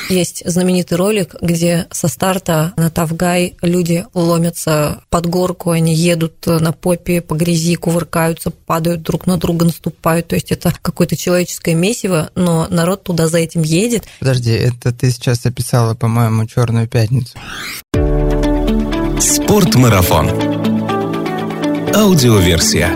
Есть знаменитый ролик, где со старта на Тавгай люди ломятся под горку, они едут на попе по грязи, кувыркаются, падают друг на друга, наступают. То есть это какое-то человеческое месиво, но народ туда за этим едет. Подожди, это ты сейчас описала, по-моему, «Черную пятницу». Спортмарафон. Аудиоверсия.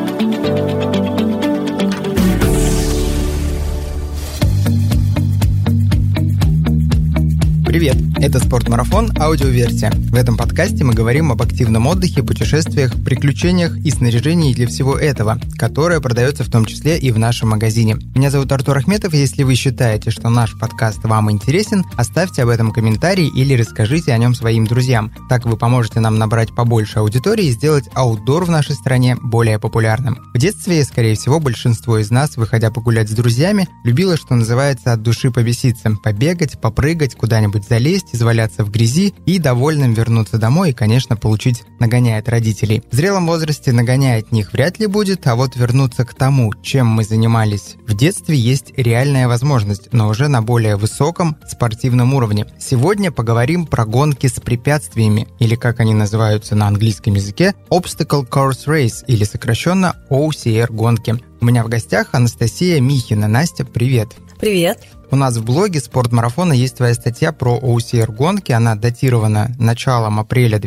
Привет, это «Спортмарафон. Аудиоверсия». В этом подкасте мы говорим об активном отдыхе, путешествиях, приключениях и снаряжении для всего этого, которое продается в том числе и в нашем магазине. Меня зовут Артур Ахметов, и если вы считаете, что наш подкаст вам интересен, оставьте об этом комментарий или расскажите о нем своим друзьям. Так вы поможете нам набрать побольше аудитории и сделать аутдор в нашей стране более популярным. В детстве, скорее всего, большинство из нас, выходя погулять с друзьями, любило, что называется, от души побеситься, побегать, попрыгать, куда-нибудь залезть, изваляться в грязи и довольным вернуться домой и, конечно, получить нагоняя от родителей. В зрелом возрасте нагоняя от них вряд ли будет, а вот вернуться к тому, чем мы занимались в детстве, есть реальная возможность, но уже на более высоком спортивном уровне. Сегодня поговорим про гонки с препятствиями, или как они называются на английском языке, Obstacle Course Race, или сокращенно OCR гонки. У меня в гостях Анастасия Михина. Настя, привет! Привет! У нас в блоге «Спортмарафона» есть твоя статья про OCR-гонки. Она датирована началом апреля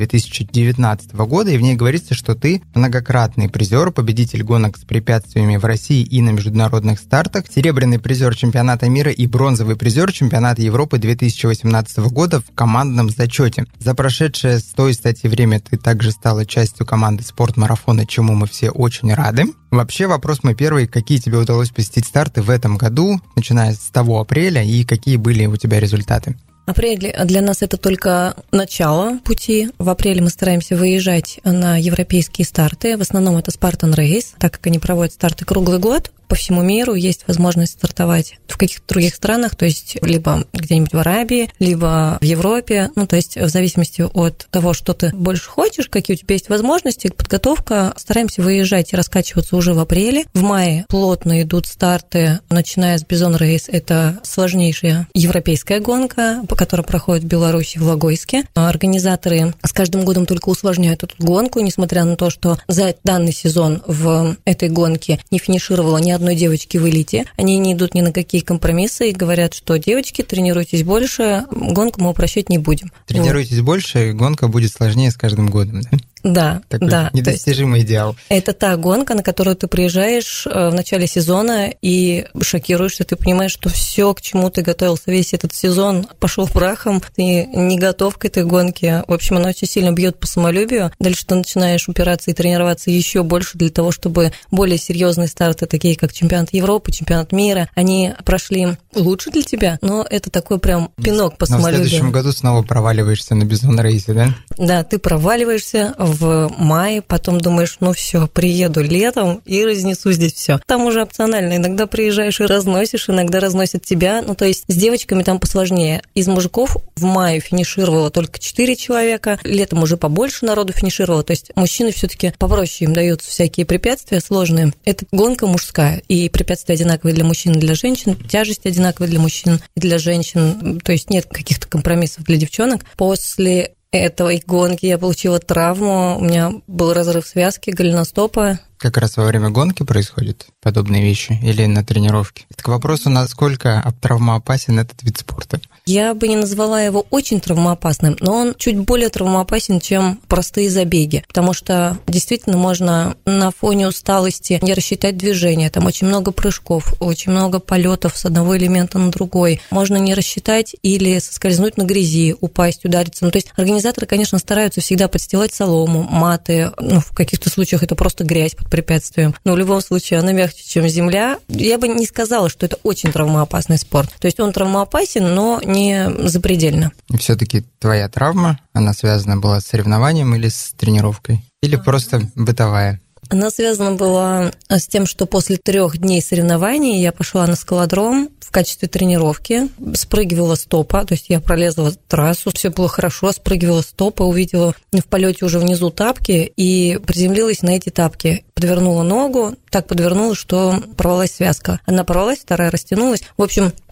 2019 года, и в ней говорится, что ты многократный призер, победитель гонок с препятствиями в России и на международных стартах, серебряный призер чемпионата мира и бронзовый призер чемпионата Европы 2018 года в командном зачете. За прошедшее с той статьи время ты также стала частью команды «Спортмарафона», чему мы все очень рады. Вообще, вопрос мой первый. Какие тебе удалось посетить старты в этом году, начиная с того апреля, и какие были у тебя результаты? Апрель для нас это только начало пути. В апреле мы стараемся выезжать на европейские старты. В основном это Spartan Race, так как они проводят старты круглый год. По всему миру есть возможность стартовать в каких-то других странах, то есть либо где-нибудь в Арабии, либо в Европе. То есть в зависимости от того, что ты больше хочешь, какие у тебя есть возможности, подготовка, стараемся выезжать и раскачиваться уже в апреле. В мае плотно идут старты, начиная с Bison Race. Это сложнейшая европейская гонка, которая проходит в Беларуси, в Логойске. Организаторы с каждым годом только усложняют эту гонку, несмотря на то, что за данный сезон в этой гонке не финишировало ни одной девочки в элите. Они не идут ни на какие компромиссы и говорят, что девочки, тренируйтесь больше, гонку мы упрощать не будем. Тренируйтесь больше, гонка будет сложнее с каждым годом, да? Да, такой да. Недостижимый идеал. Это та гонка, на которую ты приезжаешь в начале сезона и шокируешься, ты понимаешь, что все, к чему ты готовился весь этот сезон, пошел прахом, ты не готов к этой гонке. В общем, она очень сильно бьет по самолюбию. Дальше ты начинаешь упираться и тренироваться еще больше для того, чтобы более серьезные старты, такие как чемпионат Европы, чемпионат мира, они прошли лучше для тебя, но это такой прям пинок по самолюбию. Но в следующем году снова проваливаешься на Bison Race, да? Да, ты проваливаешься в мае, потом думаешь, все, приеду летом и разнесу здесь все. Там уже опционально. Иногда приезжаешь и разносишь, иногда разносят тебя. То есть с девочками там посложнее. Из мужиков в мае финишировало только 4 человека, летом уже побольше народу финишировало. То есть мужчины все-таки попроще, им даются всякие препятствия сложные. Это гонка мужская, и препятствия одинаковые для мужчин и для женщин, тяжесть одинаковая для мужчин и для женщин. То есть нет каких-то компромиссов для девчонок. После этой гонки я получила травму, у меня был разрыв связки, голеностопа. Как раз во время гонки происходят подобные вещи или на тренировке? Это к вопросу, насколько травмоопасен этот вид спорта. Я бы не назвала его очень травмоопасным, но он чуть более травмоопасен, чем простые забеги, потому что действительно можно на фоне усталости не рассчитать движение, там очень много прыжков, очень много полетов с одного элемента на другой, можно не рассчитать или соскользнуть на грязи, упасть, удариться. То есть организаторы, конечно, стараются всегда подстилать солому, маты, в каких-то случаях это просто грязь под препятствием, но в любом случае она мягче, чем земля. Я бы не сказала, что это очень травмоопасный спорт. То есть он травмоопасен, но не запредельно. И все-таки твоя травма, она связана была с соревнованием или с тренировкой? Или просто бытовая? Она связана была с тем, что после 3 дней соревнований я пошла на скалодром в качестве тренировки, спрыгивала с топа, то есть я пролезла трассу, все было хорошо, спрыгивала с топа, увидела в полете уже внизу тапки и приземлилась на эти тапки. Подвернула ногу, так подвернула, что порвалась связка. Одна порвалась, вторая растянулась. В общем,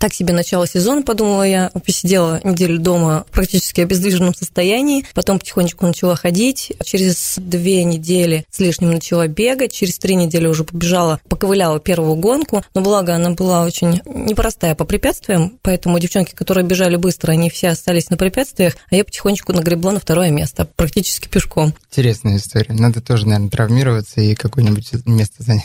так себе начало сезона, подумала я. Посидела неделю дома в практически обездвиженном состоянии. Потом потихонечку начала ходить. Через 2 недели с лишним начала бегать. Через 3 недели уже побежала, поковыляла первую гонку. Но благо она была очень непростая по препятствиям. Поэтому девчонки, которые бежали быстро, они все остались на препятствиях. А я потихонечку нагребла на 2 место, практически пешком. Интересная история. Надо тоже, наверное, травмироваться и какое-нибудь место занять.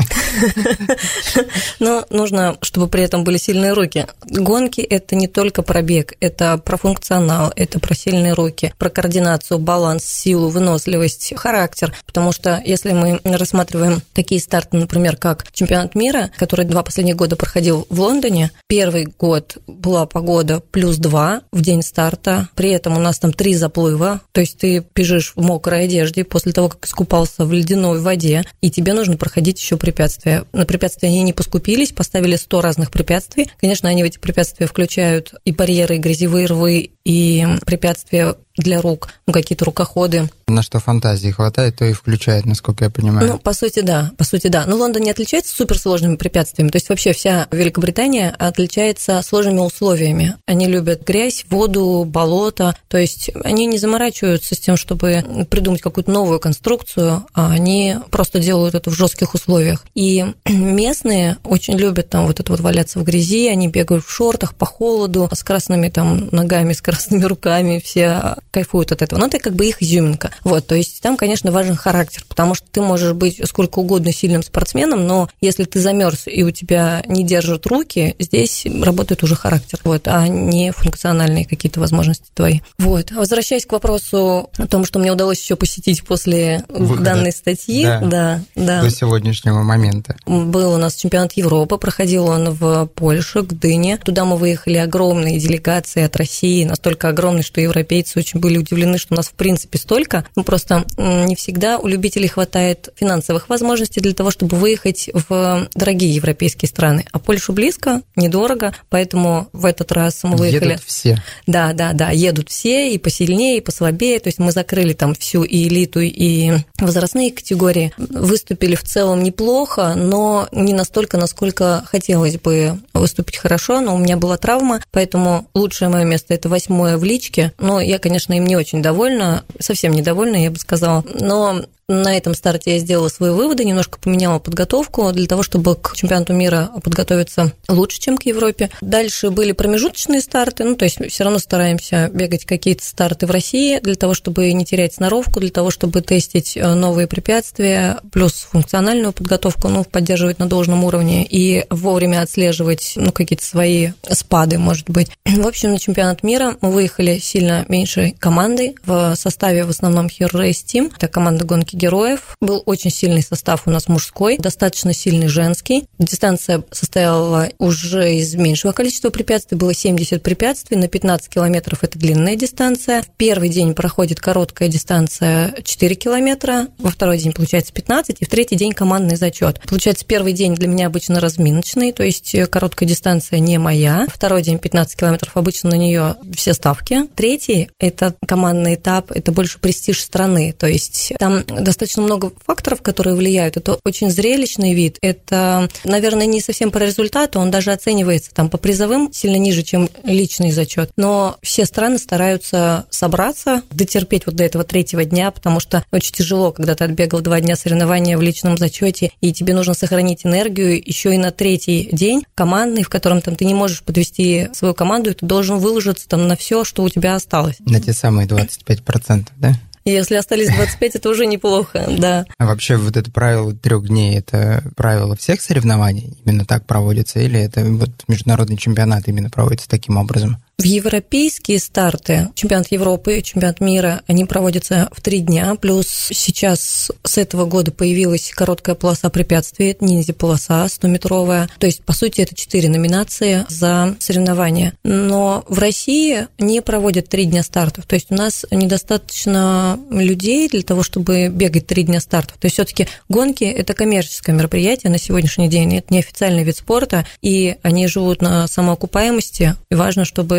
Но нужно, чтобы при этом были сильные руки. Гонки – это не только про бег, это про функционал, это про сильные руки, про координацию, баланс, силу, выносливость, характер. Потому что если мы рассматриваем такие старты, например, как чемпионат мира, который 2 последних года проходил в Лондоне, первый год была погода +2 в день старта, при этом у нас там 3 заплыва, то есть ты бежишь в мокрой одежде после того, как искупался в ледяной воде, и тебе нужно проходить еще препятствия. На препятствия они не поскупились, поставили 100 разных препятствий. Конечно, они в эти препятствия включают и барьеры, и грязевые рвы, и препятствия для рук, какие-то рукоходы. На что фантазии хватает, то и включает, насколько я понимаю. По сути, да. Но Лондон не отличается суперсложными препятствиями, то есть вообще вся Великобритания отличается сложными условиями. Они любят грязь, воду, болото, то есть они не заморачиваются с тем, чтобы придумать какую-то новую конструкцию, а они просто делают это в жестких условиях. И местные очень любят там вот это вот валяться в грязи, они бегают в шортах по холоду, с красными там ногами, с красными руками, все кайфуют от этого. Но это как бы их изюминка. Вот, то есть там, конечно, важен характер, потому что ты можешь быть сколько угодно сильным спортсменом, но если ты замерз и у тебя не держат руки, здесь работает уже характер, вот, а не функциональные какие-то возможности твои. Вот. Возвращаясь к вопросу о том, что мне удалось еще посетить после данной статьи, да. До сегодняшнего момента. Был у нас чемпионат Европы, проходил он в Польше, Гдыне. Туда мы выехали огромные делегации от России, настолько огромные, что европейцы очень были удивлены, что у нас в принципе столько. Просто не всегда у любителей хватает финансовых возможностей для того, чтобы выехать в дорогие европейские страны. А Польшу близко, недорого, поэтому в этот раз мы выехали... Едут все. Да, едут все, и посильнее, и послабее. То есть мы закрыли там всю и элиту, и возрастные категории. Выступили в целом неплохо, но не настолько, насколько хотелось бы выступить хорошо. Но у меня была травма, поэтому лучшее мое место – это 8-е в личке. Но я, конечно, им не очень довольна, совсем недовольна, я бы сказала. Но на этом старте я сделала свои выводы, немножко поменяла подготовку для того, чтобы к чемпионату мира подготовиться лучше, чем к Европе. Дальше были промежуточные старты, то есть все равно стараемся бегать какие-то старты в России для того, чтобы не терять сноровку, для того, чтобы тестить новые препятствия, плюс функциональную подготовку, поддерживать на должном уровне и вовремя отслеживать какие-то свои спады, может быть. В общем, на чемпионат мира мы выехали сильно меньшей командой в составе в основном Hero Race Team, это команда гонки героев. Был очень сильный состав у нас мужской, достаточно сильный женский. Дистанция состояла уже из меньшего количества препятствий, было 70 препятствий, на 15 километров это длинная дистанция. В первый день проходит короткая дистанция 4 километра, во второй день получается 15, и в третий день командный зачет. Получается, первый день для меня обычно разминочный, то есть короткая дистанция не моя. Второй день 15 километров, обычно на нее все ставки. Третий – это командный этап, это больше престиж страны, то есть там достаточно много факторов, которые влияют. Это очень зрелищный вид. Это, наверное, не совсем по результату, он даже оценивается там по призовым сильно ниже, чем личный зачет. Но все страны стараются собраться, дотерпеть вот до этого третьего дня, потому что очень тяжело, когда ты отбегал 2 дня соревнования в личном зачете, и тебе нужно сохранить энергию еще и на третий день командный, в котором там ты не можешь подвести свою команду, и ты должен выложиться там на все, что у тебя осталось. На те самые 25%, да? Если остались 25, это уже неплохо, да. А вообще вот это правило 3 дней, это правило всех соревнований? Именно так проводится? Или это вот международный чемпионат именно проводится таким образом? В европейские старты, чемпионат Европы, чемпионат мира, они проводятся в 3 дня, плюс сейчас с этого года появилась короткая полоса препятствий, это ниндзя-полоса 100-метровая, то есть, по сути, это 4 номинации за соревнования. Но в России не проводят 3 дня стартов, то есть у нас недостаточно людей для того, чтобы бегать 3 дня стартов. То есть все-таки гонки – это коммерческое мероприятие на сегодняшний день, это неофициальный вид спорта, и они живут на самоокупаемости, и важно, чтобы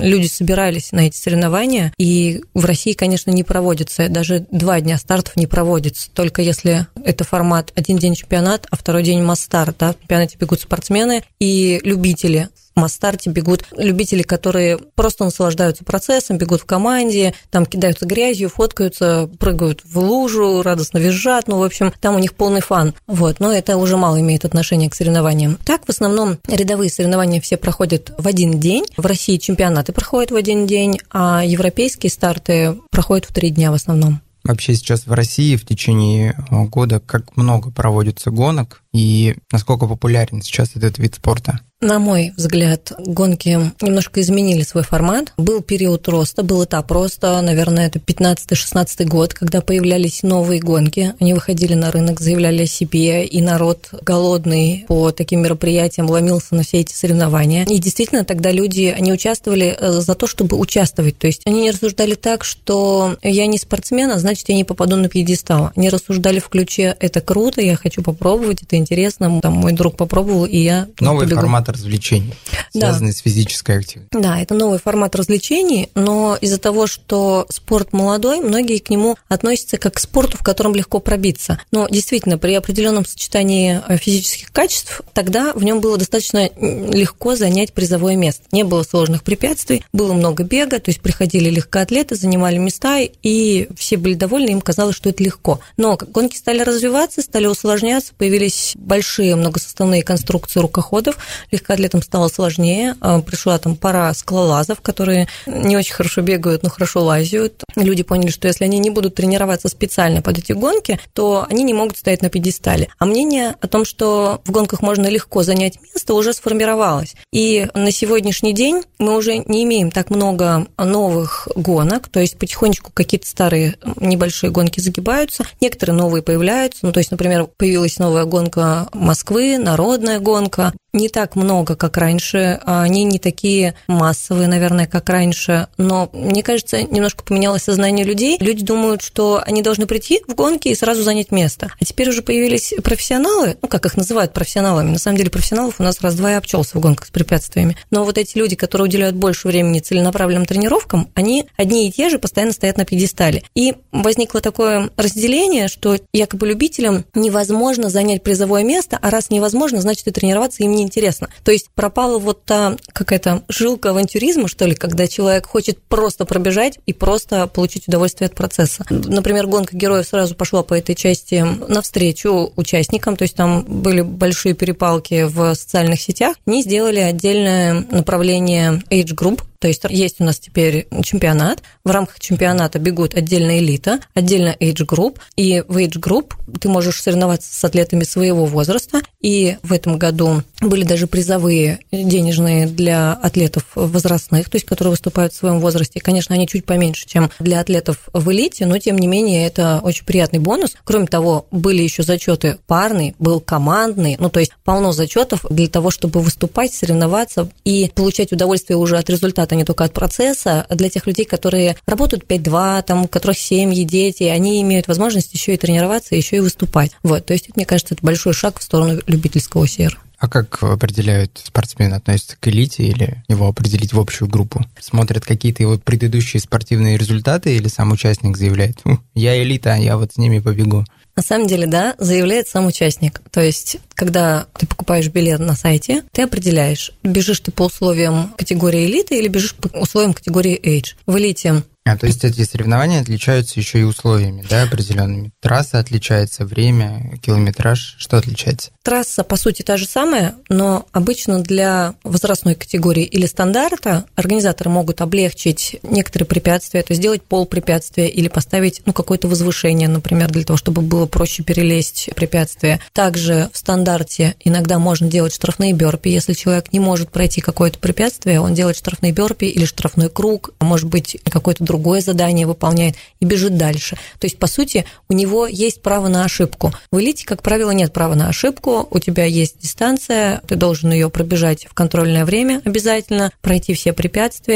люди собирались на эти соревнования, и в России, конечно, не проводится, даже 2 дня стартов не проводится, только если это формат один день чемпионат, а второй день масс-старт, да, в чемпионате бегут спортсмены и любители. В масс-старте бегут любители, которые просто наслаждаются процессом, бегут в команде, там кидаются грязью, фоткаются, прыгают в лужу, радостно визжат, в общем, там у них полный фан. Но это уже мало имеет отношения к соревнованиям. Так, в основном, рядовые соревнования все проходят в один день. В России чемпионаты проходят в один день, а европейские старты проходят в 3 дня в основном. Вообще сейчас в России в течение года как много проводится гонок, и насколько популярен сейчас этот вид спорта? На мой взгляд, гонки немножко изменили свой формат. Был период роста, был этап роста, наверное, это 15-16 год, когда появлялись новые гонки. Они выходили на рынок, заявляли о себе, и народ голодный по таким мероприятиям ломился на все эти соревнования. И действительно, тогда люди, они участвовали за то, чтобы участвовать. То есть они не рассуждали так, что я не спортсмен, а значит, я не попаду на пьедестал. Они рассуждали в ключе «это круто, я хочу попробовать, это интересно». Там мой друг попробовал, и я новый формат развлечений, связанный с физической активностью. Да, это новый формат развлечений, но из-за того, что спорт молодой, многие к нему относятся как к спорту, в котором легко пробиться. Но действительно, при определенном сочетании физических качеств, тогда в нем было достаточно легко занять призовое место. Не было сложных препятствий, было много бега, то есть приходили легкоатлеты, занимали места, и все были довольны, им казалось, что это легко. Но гонки стали развиваться, стали усложняться, появились большие многосоставные конструкции рукоходов, легкоатлетам стало сложнее, пришла там пора скалолазов, которые не очень хорошо бегают, но хорошо лазят. Люди поняли, что если они не будут тренироваться специально под эти гонки, то они не могут стоять на пьедестале. А мнение о том, что в гонках можно легко занять место, уже сформировалось. И на сегодняшний день мы уже не имеем так много новых гонок, то есть потихонечку какие-то старые небольшие гонки загибаются, некоторые новые появляются. То есть, например, появилась новая гонка Москвы, народная гонка. Не так много, как раньше, они не такие массовые, наверное, как раньше, но, мне кажется, немножко поменялось сознание людей. Люди думают, что они должны прийти в гонки и сразу занять место. А теперь уже появились профессионалы, как их называют профессионалами, на самом деле профессионалов у нас раз-два и обчелся в гонках с препятствиями. Но вот эти люди, которые уделяют больше времени целенаправленным тренировкам, они одни и те же постоянно стоят на пьедестале. И возникло такое разделение, что якобы любителям невозможно занять призовое место, а раз невозможно, значит и тренироваться им неинтересно. То есть пропала вот та какая-то жилка авантюризма, что ли, когда человек хочет просто пробежать и просто получить удовольствие от процесса. Например, гонка героев сразу пошла по этой части навстречу участникам, то есть там были большие перепалки в социальных сетях. Они сделали отдельное направление Age Group. То есть есть у нас теперь чемпионат, в рамках чемпионата бегут отдельно элита, отдельно age group, и в age group ты можешь соревноваться с атлетами своего возраста, и в этом году были даже призовые денежные для атлетов возрастных, то есть которые выступают в своем возрасте. Конечно, они чуть поменьше, чем для атлетов в элите, но тем не менее это очень приятный бонус. Кроме того, были еще зачеты парные, был командный, то есть полно зачетов для того, чтобы выступать, соревноваться и получать удовольствие уже от результата, а не только от процесса. Для тех людей, которые работают 5-2, там, у которых семьи, дети, они имеют возможность еще и тренироваться, еще и выступать. Вот, то есть, мне кажется, это большой шаг в сторону любительского СЕР. А как определяют спортсмены, относятся к элите или его определить в общую группу? Смотрят какие-то его предыдущие спортивные результаты или сам участник заявляет: «Я элита, я вот с ними побегу»? На самом деле, да, заявляет сам участник. То есть, когда ты покупаешь билет на сайте, ты определяешь, бежишь ты по условиям категории элиты или бежишь по условиям категории Age. В элите... То есть эти соревнования отличаются еще и условиями, да, определенными? Трасса отличается, время, километраж, что отличается? Трасса, по сути, та же самая, но обычно для возрастной категории или стандарта организаторы могут облегчить некоторые препятствия, то есть сделать полпрепятствия или поставить какое-то возвышение, например, для того, чтобы было проще перелезть препятствие. Также в стандарте иногда можно делать штрафные бёрпи. Если человек не может пройти какое-то препятствие, он делает штрафные бёрпи или штрафной круг, может быть, какой-то другое задание выполняет и бежит дальше. То есть, по сути, у него есть право на ошибку. В элите, как правило, нет права на ошибку. У тебя есть дистанция, ты должен ее пробежать в контрольное время обязательно, пройти все препятствия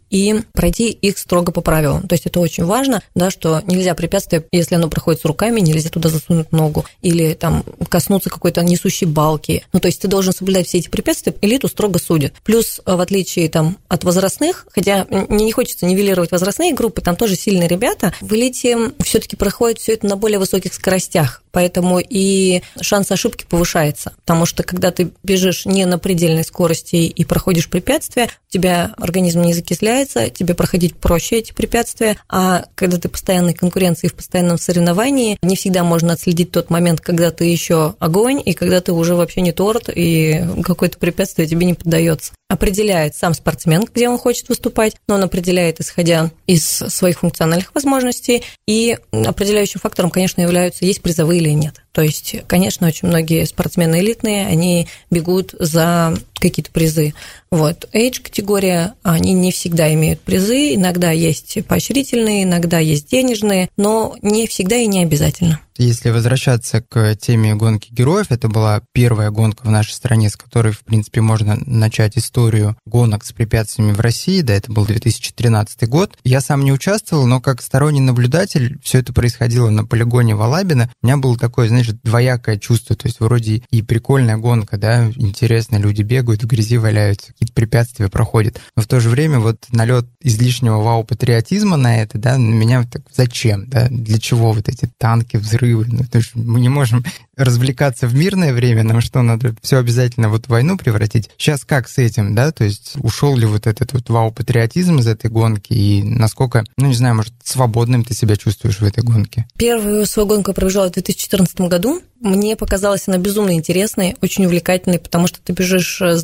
и пройти их строго по правилам. То есть это очень важно, да, что нельзя препятствие, если оно проходит с руками, нельзя туда засунуть ногу или там коснуться какой-то несущей балки. Ну, то есть ты должен соблюдать все эти препятствия, элиту строго судят. Плюс, в отличие там от возрастных, хотя мне не хочется нивелировать возрастные группы, там тоже сильные ребята, в элите все-таки проходит все это на более высоких скоростях, поэтому и шанс ошибки повышается, потому что когда ты бежишь не на предельной скорости и проходишь препятствия, у тебя организм не закисляется, тебе проходить проще эти препятствия, а когда ты в постоянной конкуренции, в постоянном соревновании, не всегда можно отследить тот момент, когда ты еще огонь, и когда ты уже вообще не торт, и какое-то препятствие тебе не поддается. Определяет сам спортсмен, где он хочет выступать, но он определяет, исходя из своих функциональных возможностей, и определяющим фактором, конечно, являются, есть призовые или нет. То есть, конечно, очень многие спортсмены элитные, они бегут за какие-то призы. Вот. Age-категория, они не всегда имеют призы, иногда есть поощрительные, иногда есть денежные, но не всегда и не обязательно. Если возвращаться к теме гонки героев, это была первая гонка в нашей стране, с которой, в принципе, можно начать историю гонок с препятствиями в России. Да, это был 2013 год. Я сам не участвовал, но как сторонний наблюдатель все это происходило на полигоне Валабино. У меня было такое, знаешь, двоякое чувство. То есть вроде и прикольная гонка, да, интересно, люди бегают, в грязи валяются, какие-то препятствия проходят. Но в то же время вот налет излишнего вау-патриотизма на это, да, на меня так, зачем, да, для чего вот эти танки, взрывы? Ну, то есть мы не можем развлекаться в мирное время, нам что, надо все обязательно вот в войну превратить? Сейчас как с этим, да? То есть ушел ли вот этот вот вау-патриотизм из этой гонки и насколько, ну, не знаю, может, свободным ты себя чувствуешь в этой гонке? Первую свою гонку я пробежала в 2014 году. Мне показалась она безумно интересной, очень увлекательной, потому что ты бежишь с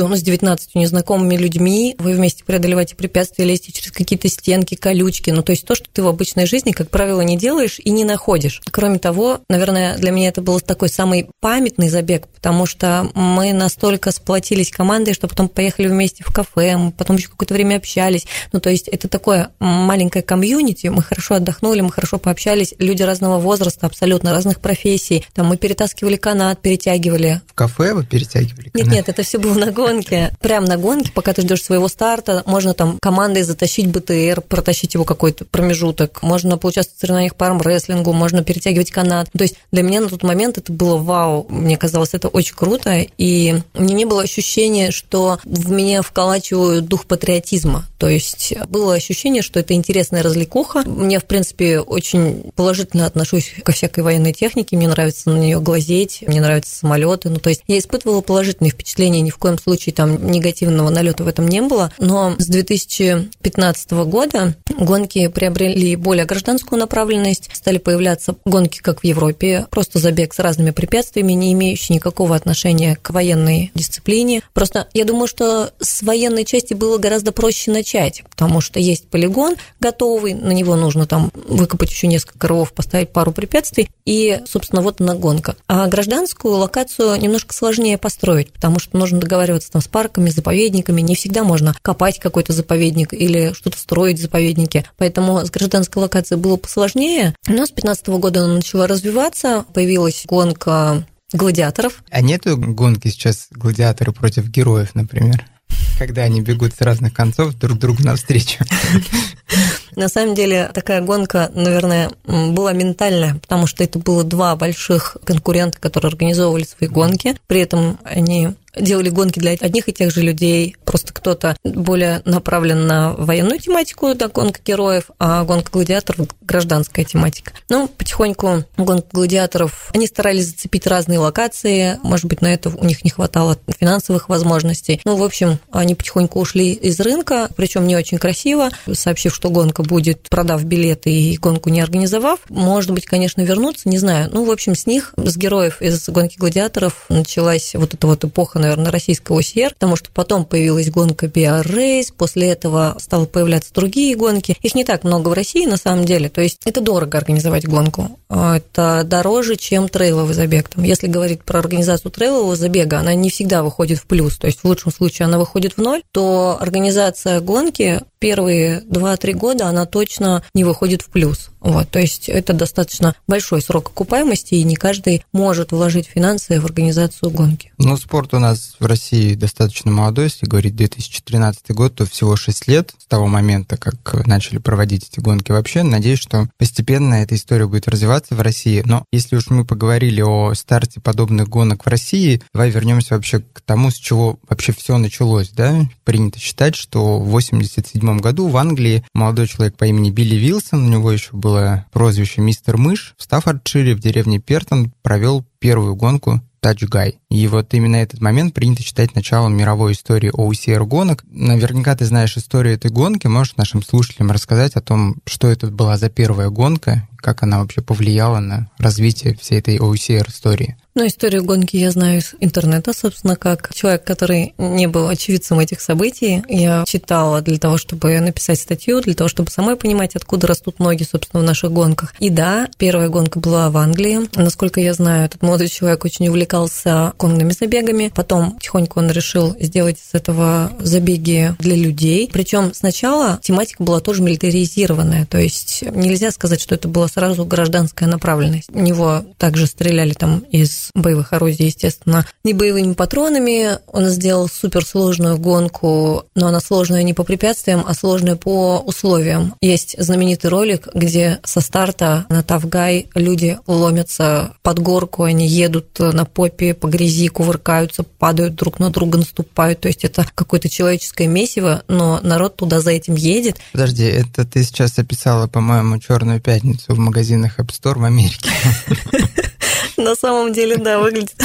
19 незнакомыми людьми, вы вместе преодолеваете препятствия, лезете через какие-то стенки, колючки, ну, то есть то, что ты в обычной жизни, как правило, не делаешь и не находишь. Кроме того, наверное, для меня это был такой самый памятный забег, потому что мы настолько сплотились командой, что потом поехали вместе в кафе, мы потом еще какое-то время общались, ну, то есть это такое маленькое комьюнити, мы хорошо отдохнули, мы хорошо пообщались, люди разного возраста, абсолютно разных профессий, там мы перетаскивали канат, перетягивали. В кафе вы перетягивали канат? Нет, это все было на гонке. Прямо на гонке, пока ты ждешь своего старта, можно там командой затащить БТР, протащить его какой-то промежуток, можно поучаствовать в соревнованиях по армрестлингу, можно перетягивать канат. То есть для меня на тот момент это было вау, мне казалось это очень круто, и мне не было ощущения, что в меня вколачивают дух патриотизма. То есть было ощущение, что это интересная развлекуха. Мне, в принципе, очень положительно отношусь ко всякой военной технике, мне нравится на нее глазеть, мне нравятся самолеты. Ну, то есть я испытывала положительные впечатления, ни в коем случае там негативного налета в этом не было. Но с 2015 года гонки приобрели более гражданскую направленность, стали появляться гонки, как в Европе, просто забег с разными препятствиями, не имеющие никакого отношения к военной дисциплине. Просто я думаю, что с военной части было гораздо проще начать, потому что есть полигон готовый, на него нужно там выкопать еще несколько рвов, поставить пару препятствий, и, собственно, вот она гонка. А гражданскую локацию немножко сложнее построить, потому что нужно договариваться там с парками, с заповедниками. Не всегда можно копать какой-то заповедник или что-то строить в заповеднике. Поэтому с гражданской локацией было посложнее. Но с 2015 года она начала развиваться. Появилась гонка гладиаторов. А нету гонки сейчас гладиаторы против героев, например? Когда они бегут с разных концов друг другу навстречу. На самом деле такая гонка, наверное, была ментальная, потому что это было два больших конкурента, которые организовывали свои гонки. При этом они делали гонки для одних и тех же людей. Просто кто-то более направлен на военную тематику, да, гонка героев, а гонка гладиаторов – гражданская тематика. Ну, потихоньку гонка гладиаторов, они старались зацепить разные локации, может быть, на это у них не хватало финансовых возможностей. Ну, в общем, они потихоньку ушли из рынка, причем не очень красиво, сообщив, что гонка будет, продав билеты и гонку не организовав. Может быть, конечно, вернуться, не знаю. Ну, в общем, с них, с героев из гонки гладиаторов началась вот эта вот эпоха, наверное, российского ОСР, потому что потом появилась гонка BR-Race, после этого стало появляться другие гонки. Их не так много в России, на самом деле. То есть это дорого организовать гонку. Это дороже, чем трейловый забег. Там, если говорить про организацию трейлового забега, она не всегда выходит в плюс. То есть в лучшем случае она выходит в ноль, то организация гонки первые 2-3 года она точно не выходит в плюс. Вот, то есть это достаточно большой срок окупаемости, и не каждый может вложить финансы в организацию гонки. Ну, спорт у нас в России достаточно молодой, если говорить 2013 год, то всего 6 лет с того момента, как начали проводить эти гонки. Вообще, надеюсь, что постепенно эта история будет развиваться в России. Но если уж мы поговорили о старте подобных гонок в России, давай вернемся вообще к тому, с чего вообще все началось, да? Принято считать, что в 1987 году в Англии молодой человек по имени Билли Вилсон, у него еще было прозвище «Мистер Мышь», в Стаффордшире в деревне Пертон провел первую гонку Touch Guy. И вот именно этот момент принято считать началом мировой истории OCR-гонок. Наверняка ты знаешь историю этой гонки. Можешь нашим слушателям рассказать о том, что это была за первая гонка, как она вообще повлияла на развитие всей этой OCR-истории? Ну, историю гонки я знаю из интернета, собственно, как человек, который не был очевидцем этих событий. Я читала для того, чтобы написать статью, для того, чтобы самой понимать, откуда растут ноги, собственно, в наших гонках. И да, первая гонка была в Англии. Насколько я знаю, этот молодой человек очень увлекался конными забегами. Потом потихоньку он решил сделать из этого забеги для людей. Причем сначала тематика была тоже милитаризированная, то есть нельзя сказать, что это была сразу гражданская направленность. У него также стреляли там из боевых орудий, естественно, не боевыми патронами. Он сделал суперсложную гонку, но она сложная не по препятствиям, а сложная по условиям. Есть знаменитый ролик, где со старта на Tough Guy люди ломятся под горку, они едут на попе по грязи, кувыркаются, падают друг на друга, наступают. То есть это какое-то человеческое месиво, но народ туда за этим едет. Подожди, это ты сейчас описала, по-моему, «Черную пятницу» в магазинах App Store в Америке. На самом деле, да, выглядит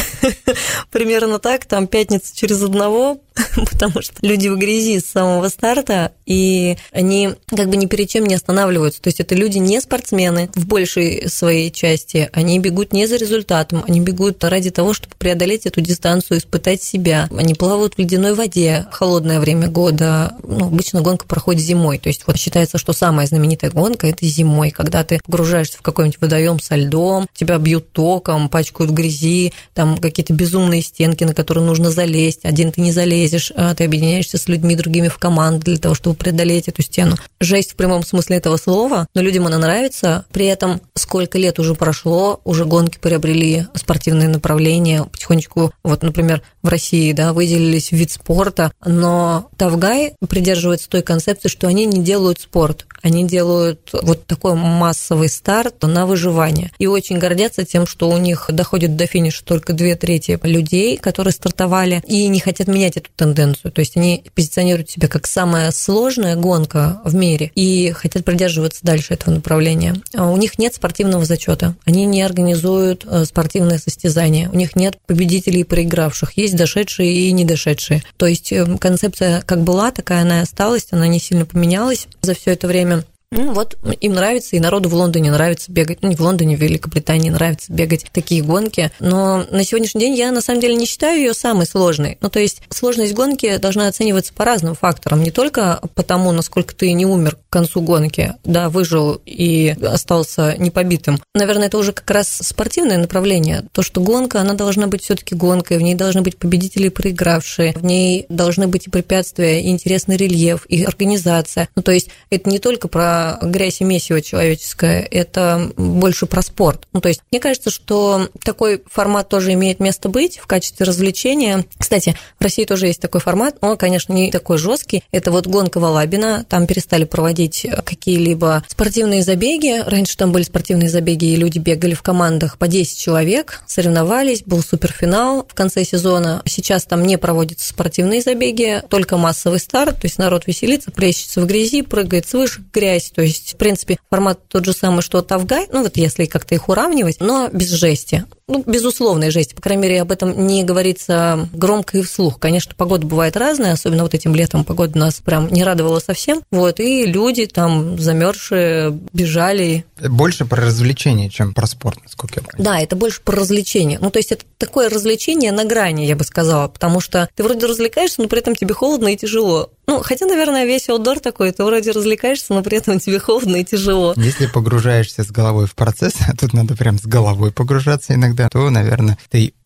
примерно так. Там пятница через одного, потому что люди в грязи с самого старта, и они как бы ни перед чем не останавливаются. То есть это люди не спортсмены в большей своей части. Они бегут не за результатом, они бегут ради того, чтобы преодолеть эту дистанцию, испытать себя. Они плавают в ледяной воде в холодное время года. Ну, обычно гонка проходит зимой. То есть вот считается, что самая знаменитая гонка – это зимой, когда ты погружаешься в какой-нибудь водоем со льдом, тебя бьют током, пачкают в грязи, там какие-то безумные стенки, на которые нужно залезть. Один ты не залезешь, а ты объединяешься с людьми другими в команду для того, чтобы преодолеть эту стену. Жесть в прямом смысле этого слова, но людям она нравится. При этом сколько лет уже прошло, уже гонки приобрели спортивные направления, потихонечку, вот, например, в России, да, выделились в вид спорта, но Tough Guy придерживается той концепции, что они не делают спорт, они делают вот такой массовый старт на выживание. И очень гордятся тем, что у них доходит до финиша только 2/3 людей, которые стартовали, и не хотят менять эту тенденцию. То есть они позиционируют себя как самая сложная гонка в мире и хотят придерживаться дальше этого направления. У них нет спортивного зачета, они не организуют спортивные состязания, у них нет победителей и проигравших, есть дошедшие и недошедшие. То есть концепция как была, такая она и осталась, она не сильно поменялась за все это время. Ну, вот им нравится, и народу в Лондоне нравится бегать. Ну, не в Лондоне, в Великобритании нравится бегать такие гонки. Но на сегодняшний день я, на самом деле, не считаю ее самой сложной. Ну, то есть сложность гонки должна оцениваться по разным факторам. Не только потому, насколько ты не умер к концу гонки, да, выжил и остался непобитым. Наверное, это уже как раз спортивное направление. То, что гонка, она должна быть все-таки гонкой, в ней должны быть победители и проигравшие, в ней должны быть и препятствия, и интересный рельеф, и организация. Ну, то есть это не только про грязь и месиво человеческое, это больше про спорт. Ну, то есть мне кажется, что такой формат тоже имеет место быть в качестве развлечения. Кстати, в России тоже есть такой формат, он, конечно, не такой жесткий. Это вот гонка Валабина, там перестали проводить какие-либо спортивные забеги. Раньше там были спортивные забеги, и люди бегали в командах по 10 человек, соревновались, был суперфинал в конце сезона. Сейчас там не проводятся спортивные забеги, только массовый старт, то есть народ веселится, плещется в грязи, прыгает свыше, грязь. То есть, в принципе, формат тот же самый, что Tough Guy, ну вот если как-то их уравнивать, но без жести. Ну, безусловной жести, по крайней мере, об этом не говорится громко и вслух. Конечно, погода бывает разная, особенно вот этим летом погода нас прям не радовала совсем. Вот, и люди там замерзшие бежали. Больше про развлечение, чем про спорт, насколько я понимаю. Да, это больше про развлечение. Ну, то есть это такое развлечение на грани, я бы сказала, потому что ты вроде развлекаешься, но при этом тебе холодно и тяжело. Ну, хотя, наверное, весь аутдор такой, ты вроде развлекаешься, но при этом тебе холодно и тяжело. Если погружаешься с головой в процесс, а тут надо прям с головой погружаться иногда, то, наверное, ты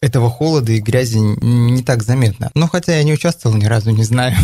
этого холода и грязи не так заметно. Но хотя я не участвовал ни разу, не знаю.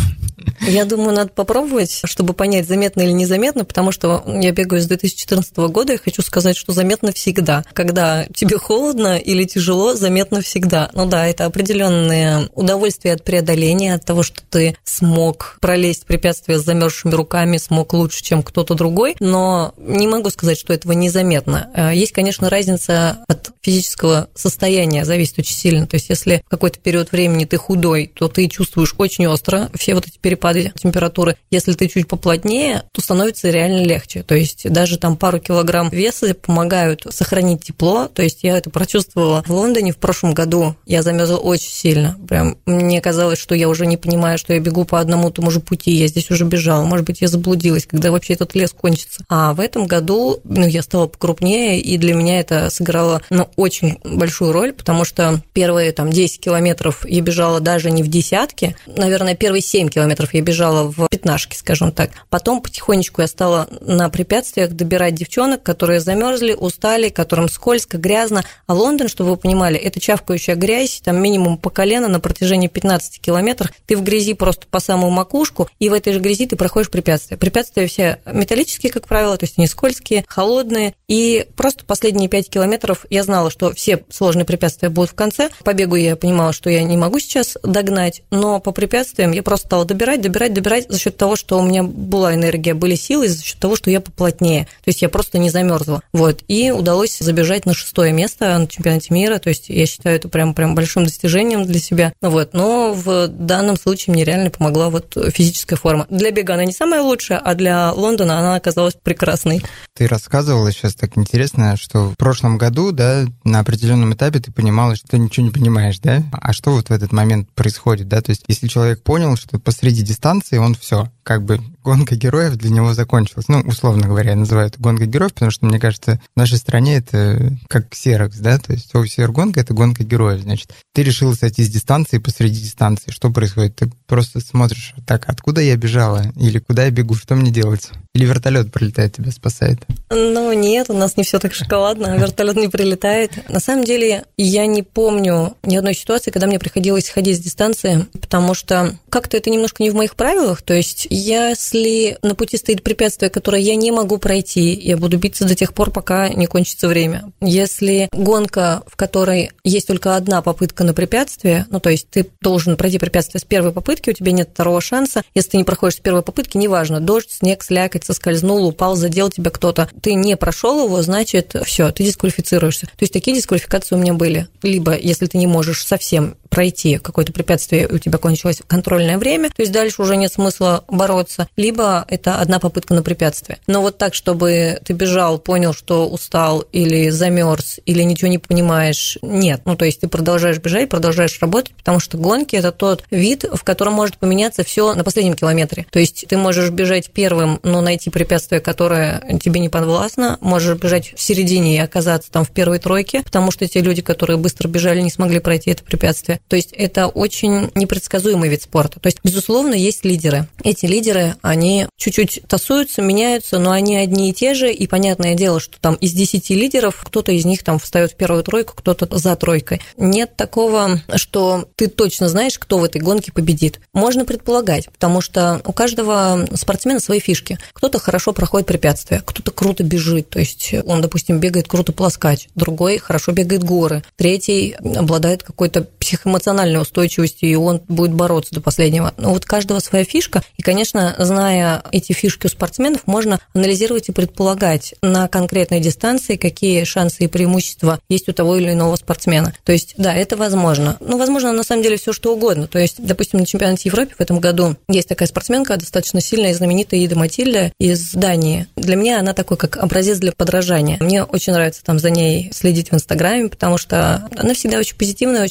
Я думаю, надо попробовать, чтобы понять, заметно или незаметно, потому что я бегаю с 2014 года, и хочу сказать, что заметно всегда. Когда тебе холодно или тяжело, заметно всегда. Ну да, это определенное удовольствие от преодоления, от того, что ты смог пролезть препятствия с замерзшими руками, смог лучше, чем кто-то другой, но не могу сказать, что этого незаметно. Есть, конечно, разница от физического состояния, зависит очень сильно. То есть если в какой-то период времени ты худой, то ты чувствуешь очень остро все вот эти перепады температуры. Если ты чуть поплотнее, то становится реально легче. То есть даже там пару килограмм веса помогают сохранить тепло. То есть я это прочувствовала в Лондоне в прошлом году. Я замерзла очень сильно. Прям мне казалось, что я уже не понимаю, что я бегу по одному тому же пути. Я здесь уже бежала. Может быть, я заблудилась, когда вообще этот лес кончится. А в этом году я стала покрупнее, и для меня это сыграло очень большую роль, потому что первые там 10 километров я бежала даже не в десятке. Наверное, первые 7 километров я бежала в пятнашке, скажем так. Потом потихонечку я стала на препятствиях добирать девчонок, которые замерзли, устали, которым скользко, грязно. А Лондон, чтобы вы понимали, это чавкающая грязь, там минимум по колено на протяжении 15 километров. Ты в грязи просто по самую макушку, и в этой же грязи ты проходишь препятствия. Препятствия все металлические, как правило, то есть они скользкие, холодные. И просто последние 5 километров я знала, что все сложные препятствия будут в конце. По бегу я понимала, что я не могу сейчас догнать, но по препятствиям я просто стала добирать за счет того, что у меня была энергия, были силы, за счет того, что я поплотнее. То есть я просто не замерзла. Вот. И удалось забежать на 6-е место на чемпионате мира. То есть я считаю это прям большим достижением для себя. Вот. Но в данном случае мне реально помогла вот физическая форма. Для бега она не самая лучшая, а для Лондона она оказалась прекрасной. Ты рассказывала сейчас так интересно, что в прошлом году, да, на определенном этапе ты понимала, что ты ничего не понимаешь, да? А что вот в этот момент происходит, да? То есть если человек понял, что посреди дистанции он все, как бы гонка героев для него закончилась. Ну, условно говоря, я называю это гонкой героев, потому что, мне кажется, в нашей стране это как ксерокс, да, то есть OCR-гонка — это гонка героев, значит. Ты решила сойти с дистанции посреди дистанции. Что происходит? Ты просто смотришь, так, откуда я бежала? Или куда я бегу? Что мне делать? Или вертолет прилетает, тебя спасает? Ну, нет, у нас не все так шоколадно, вертолет не прилетает. На самом деле, я не помню ни одной ситуации, когда мне приходилось сходить с дистанции, потому что как-то это немножко не в моих правилах. То есть, если на пути стоит препятствие, которое я не могу пройти, я буду биться до тех пор, пока не кончится время. Если гонка, в которой есть только одна попытка на препятствие, ну, то есть ты должен пройти препятствие с первой попытки, у тебя нет второго шанса. Если ты не проходишь с первой попытки, неважно, дождь, снег, слякоть, соскользнул, упал, задел тебя кто-то, ты не прошел его, значит, все, ты дисквалифицируешься. То есть такие дисквалификации у меня были. Либо, если ты не можешь совсем пройти какое-то препятствие, у тебя кончилось контрольное время, то есть дальше уже нет смысла бороться, либо это одна попытка на препятствие. Но вот так, чтобы ты бежал, понял, что устал или замерз, или ничего не понимаешь, нет. Ну, то есть ты продолжаешь бежать, продолжаешь работать, потому что гонки – это тот вид, в котором может поменяться все на последнем километре. То есть ты можешь бежать первым, но найти препятствие, которое тебе не подвластно, можешь бежать в середине и оказаться там в первой тройке, потому что те люди, которые быстро бежали, не смогли пройти это препятствие. То есть это очень непредсказуемый вид спорта. То есть, безусловно, есть лидеры. Эти лидеры, они чуть-чуть тасуются, меняются, но они одни и те же, и понятное дело, что там из 10 лидеров кто-то из них там встает в первую тройку, кто-то за тройкой. Нет такого, что ты точно знаешь, кто в этой гонке победит. Можно предполагать, потому что у каждого спортсмена свои фишки. Кто-то хорошо проходит препятствия, кто-то круто бежит, то есть он, допустим, бегает круто плоскач, другой хорошо бегает горы, третий обладает какой-то психоэмоциональной устойчивостью, и он будет бороться до последнего. Но вот у каждого своя фишка, и, конечно, зная эти фишки у спортсменов, можно анализировать и предполагать на конкретной дистанции, какие шансы и преимущества есть у того или иного спортсмена. То есть, да, это возможно. Ну, возможно, на самом деле все что угодно. То есть, допустим, на чемпионате Европы в этом году есть такая спортсменка, достаточно сильная и знаменитая Ида Матильда из Дании. Для меня она такой, как образец для подражания. Мне очень нравится там за ней следить в Инстаграме, потому что она всегда очень позитивная, очень открытая,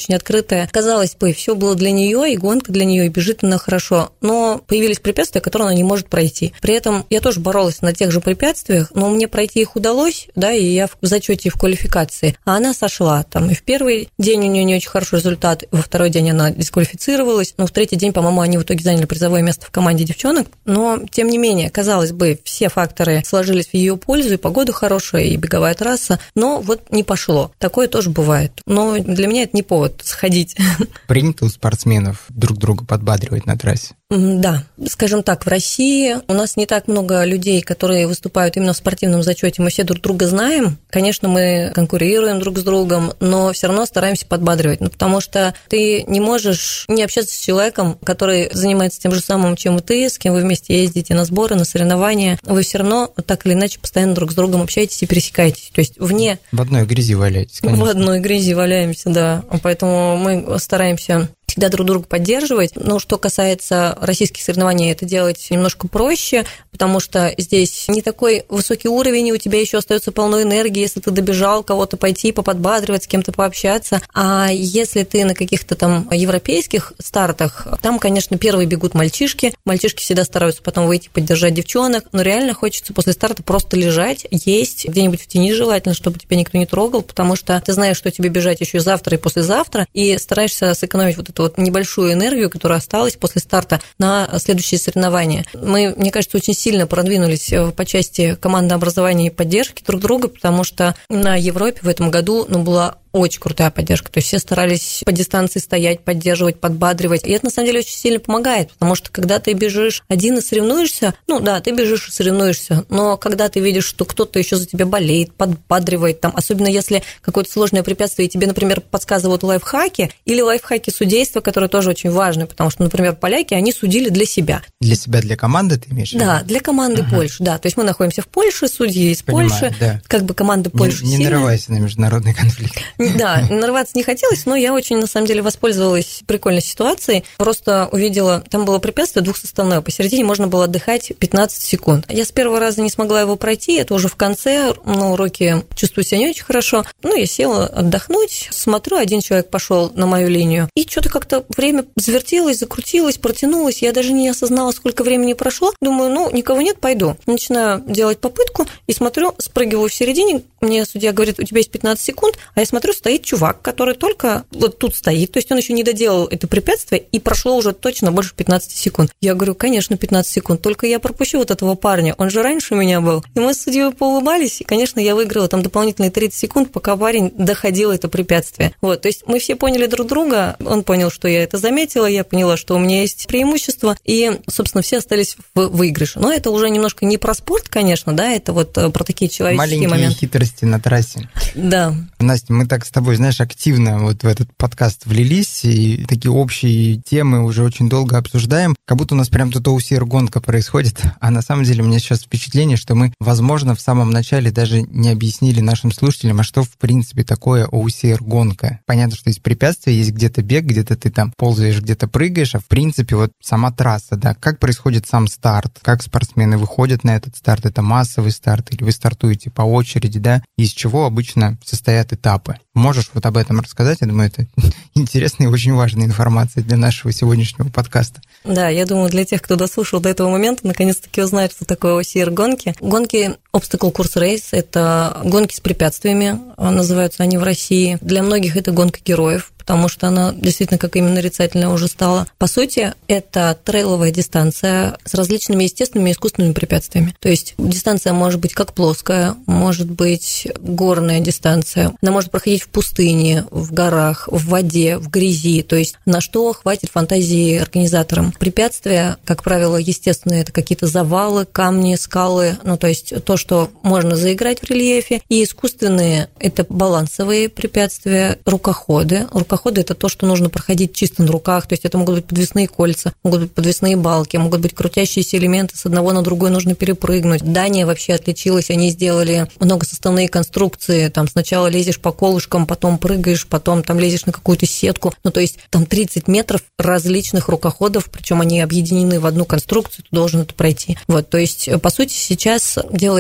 открытая. Казалось бы, все было для нее, и гонка для нее, и бежит она хорошо. Но появились препятствия, которые она не может пройти. При этом я тоже боролась на тех же препятствиях, но мне пройти их удалось, да, и я в зачете и в квалификации. А она сошла там. И в первый день у нее не очень хороший результат, во второй день она дисквалифицировалась, но в третий день, по-моему, они в итоге заняли призовое место в команде девчонок. Но, тем не менее, казалось бы, все факторы сложились в ее пользу, и погода хорошая, и беговая трасса, но вот не пошло. Такое тоже бывает. Но для меня это не повод сходить. Принято у спортсменов друг друга подбадривать на трассе? Да, скажем так, в России у нас не так много людей, которые выступают именно в спортивном зачете. Мы все друг друга знаем. Конечно, мы конкурируем друг с другом, но все равно стараемся подбадривать. Ну, потому что ты не можешь не общаться с человеком, который занимается тем же самым, чем и ты, с кем вы вместе ездите на сборы, на соревнования. Вы все равно так или иначе постоянно друг с другом общаетесь и пересекаетесь. То есть вне... В одной грязи валяетесь, конечно. В одной грязи валяемся, да. Поэтому мы стараемся всегда друг друга поддерживать. Но что касается российских соревнований, это делать немножко проще, потому что здесь не такой высокий уровень, и у тебя еще остается полно энергии, если ты добежал, кого-то пойти, поподбадривать, с кем-то пообщаться. А если ты на каких-то там европейских стартах, там, конечно, первые бегут мальчишки. Мальчишки всегда стараются потом выйти, поддержать девчонок, но реально хочется после старта просто лежать, есть, где-нибудь в тени желательно, чтобы тебя никто не трогал, потому что ты знаешь, что тебе бежать еще завтра и послезавтра, и стараешься сэкономить вот эту вот небольшую энергию, которая осталась после старта на следующие соревнования. Мы, мне кажется, очень сильно продвинулись по части командообразования и поддержки друг друга, потому что на Европе в этом году была очень крутая поддержка. То есть все старались по дистанции стоять, поддерживать, подбадривать. И это, на самом деле, очень сильно помогает, потому что когда ты бежишь один и соревнуешься, ну да, ты бежишь и соревнуешься, но когда ты видишь, что кто-то еще за тебя болеет, подбадривает, там, особенно если какое-то сложное препятствие, и тебе, например, подсказывают лайфхаки или лайфхаки судейства, которые тоже очень важны, потому что, например, поляки, они судили для себя. Для себя, для команды ты имеешь в виду? Да, для команды Польши, да. То есть мы находимся в Польше, судьи из Польши, да. Как бы команда Польши не нарывайся на международный конфликт. Да, нарваться не хотелось, но я очень, на самом деле, воспользовалась прикольной ситуацией. Просто увидела, там было препятствие двухсоставное, посередине можно было отдыхать 15 секунд. Я с первого раза не смогла его пройти, это уже в конце, на уроке чувствую себя не очень хорошо. Ну, я села отдохнуть, смотрю, один человек пошел на мою линию, и что-то как-то время завертелось, закрутилось, протянулось, я даже не осознала, сколько времени прошло. Думаю, ну, никого нет, пойду. Начинаю делать попытку и смотрю, спрыгиваю в середине, мне судья говорит, у тебя есть 15 секунд, а я смотрю, стоит чувак, который только вот тут стоит, то есть он еще не доделал это препятствие, и прошло уже точно больше 15 секунд. Я говорю, конечно, 15 секунд, только я пропущу вот этого парня, он же раньше меня был. И мы с судьей поулыбались, и, конечно, я выиграла там дополнительные 30 секунд, пока парень доходил это препятствие. Вот, то есть мы все поняли друг друга, он понял, что я это заметила, я поняла, что у меня есть преимущество, и, собственно, все остались в выигрыше. Но это уже немножко не про спорт, конечно, да, это вот про такие человеческие моменты. Маленькие хитрости на трассе. Да. Настя, мы так с тобой, знаешь, активно вот в этот подкаст влились, и такие общие темы уже очень долго обсуждаем, как будто у нас прям тут OCR-гонка происходит, а на самом деле у меня сейчас впечатление, что мы, возможно, в самом начале даже не объяснили нашим слушателям, а что в принципе такое OCR-гонка. Понятно, что есть препятствия, есть где-то бег, где-то ты там ползаешь, где-то прыгаешь, а в принципе вот сама трасса, да, как происходит сам старт, как спортсмены выходят на этот старт, это массовый старт, или вы стартуете по очереди, да, из чего обычно состоят этапы. Можешь вот об этом рассказать? Я думаю, это интересная и очень важная информация для нашего сегодняшнего подкаста. Да, я думаю, для тех, кто дослушал до этого момента, наконец-таки узнает, что такое OCR-гонки. Гонки Obstacle Course Race – это гонки с препятствиями, называются они в России. Для многих это гонка героев, потому что она действительно как именно нарицательная уже стала. По сути, это трейловая дистанция с различными естественными и искусственными препятствиями. То есть дистанция может быть как плоская, может быть горная дистанция. Она может проходить в пустыне, в горах, в воде, в грязи. То есть на что хватит фантазии организаторам. Препятствия, как правило, естественные, это какие-то завалы, камни, скалы, ну то есть то, что можно заиграть в рельефе. И искусственные – это балансовые препятствия, рукоходы. Рукоходы – это то, что нужно проходить чисто на руках, то есть это могут быть подвесные кольца, могут быть подвесные балки, могут быть крутящиеся элементы, с одного на другой нужно перепрыгнуть. Дания вообще отличилась, они сделали многосоставные конструкции, там сначала лезешь по колышкам, потом прыгаешь, потом там лезешь на какую-то сетку, ну то есть там 30 метров различных рукоходов, причем они объединены в одну конструкцию, ты должен это пройти. Вот, то есть по сути сейчас делается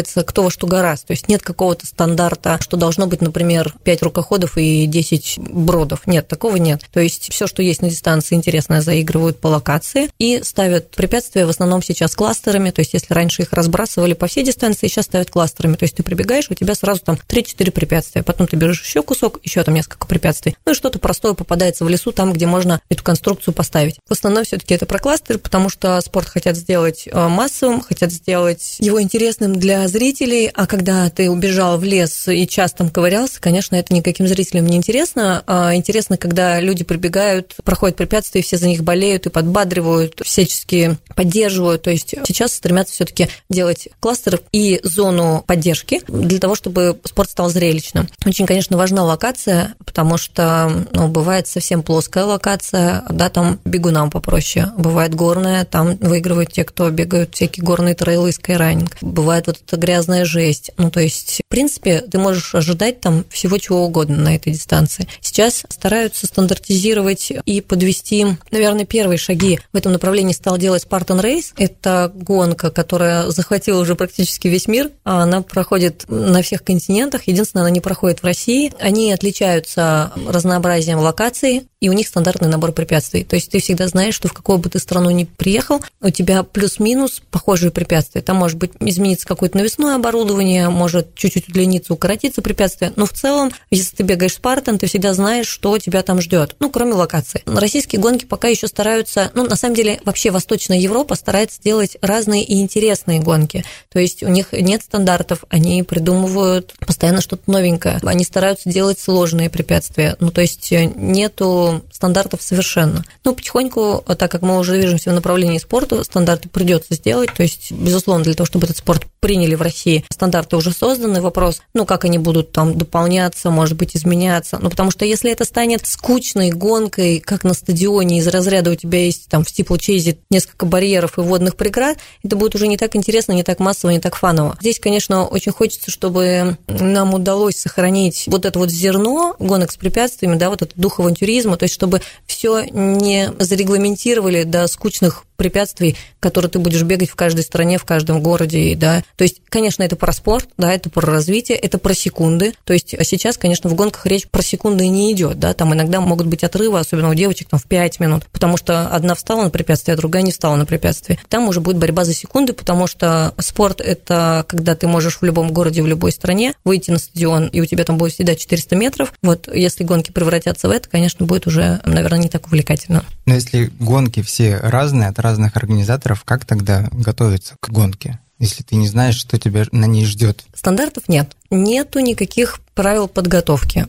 называется, кто во что гораст. То есть нет какого-то стандарта, что должно быть, например, 5 рукоходов и 10 бродов. Нет, такого нет. То есть все, что есть на дистанции интересное, заигрывают по локации и ставят препятствия в основном сейчас кластерами. То есть если раньше их разбрасывали по всей дистанции, сейчас ставят кластерами. То есть ты прибегаешь, у тебя сразу там 3-4 препятствия. Потом ты берешь еще кусок, еще там несколько препятствий. Ну и что-то простое попадается в лесу, там, где можно эту конструкцию поставить. В основном все-таки это про кластеры, потому что спорт хотят сделать массовым, хотят сделать его интересным для зрителей, а когда ты убежал в лес и час там ковырялся, конечно, это никаким зрителям не интересно. Интересно, когда люди прибегают, проходят препятствия, все за них болеют и подбадривают, всячески поддерживают. То есть сейчас стремятся все-таки делать кластеры и зону поддержки для того, чтобы спорт стал зрелищным. Очень, конечно, важна локация, потому что бывает совсем плоская локация, да, там бегунам попроще. Бывает горная, там выигрывают те, кто бегают всякие горные трейлы, скайранинг. Бывает вот эта грязная жесть. То есть, в принципе, ты можешь ожидать там всего чего угодно на этой дистанции. Сейчас стараются стандартизировать и подвести, наверное, первые шаги в этом направлении стал делать Spartan Race. Это гонка, которая захватила уже практически весь мир. Она проходит на всех континентах. Единственное, она не проходит в России. Они отличаются разнообразием локаций, и у них стандартный набор препятствий. То есть ты всегда знаешь, что в какую бы ты страну ни приехал, у тебя плюс-минус похожие препятствия. Там может быть измениться какое-то навесное оборудование, может чуть-чуть удлиниться, укоротиться препятствие, но в целом, если ты бегаешь Спартан, ты всегда знаешь, что тебя там ждет. Кроме локации. Российские гонки пока еще стараются, на самом деле, вообще Восточная Европа старается делать разные и интересные гонки. То есть у них нет стандартов, они придумывают постоянно что-то новенькое. Они стараются делать сложные препятствия. То есть нету стандартов совершенно. Потихоньку, так как мы уже движемся в направлении спорта, стандарты придется сделать. То есть, безусловно, для того, чтобы этот спорт приняли в России, стандарты уже созданы. Вопрос, как они будут там дополняться, может быть, изменяться. Потому что если это станет скучной гонкой, как на стадионе, из разряда у тебя есть там в стиплчейзе несколько барьеров и водных преград, это будет уже не так интересно, не так массово, не так фаново. Здесь, конечно, очень хочется, чтобы нам удалось сохранить вот это вот зерно гонок с препятствиями, да, вот этот дух авантюризма, то есть чтобы все не зарегламентировали до скучных препятствий, которые ты будешь бегать в каждой стране, в каждом городе, да. То есть, конечно, это про спорт, да, это про развитие, это про секунды. То есть сейчас, конечно, в гонках речь про секунды не идет, да, там иногда могут быть отрывы, особенно у девочек, там в 5 минут, потому что одна встала на препятствие, а другая не встала на препятствие. Там уже будет борьба за секунды, потому что спорт – это когда ты можешь в любом городе, в любой стране выйти на стадион, и у тебя там будет всегда 400 метров. Вот если гонки превратятся в это, конечно, будет уже, наверное, не так увлекательно. Но если гонки все разные, от разных организаторов, как тогда готовиться к гонке, если ты не знаешь, что тебя на ней ждет? Стандартов нет. Нету никаких правил подготовки,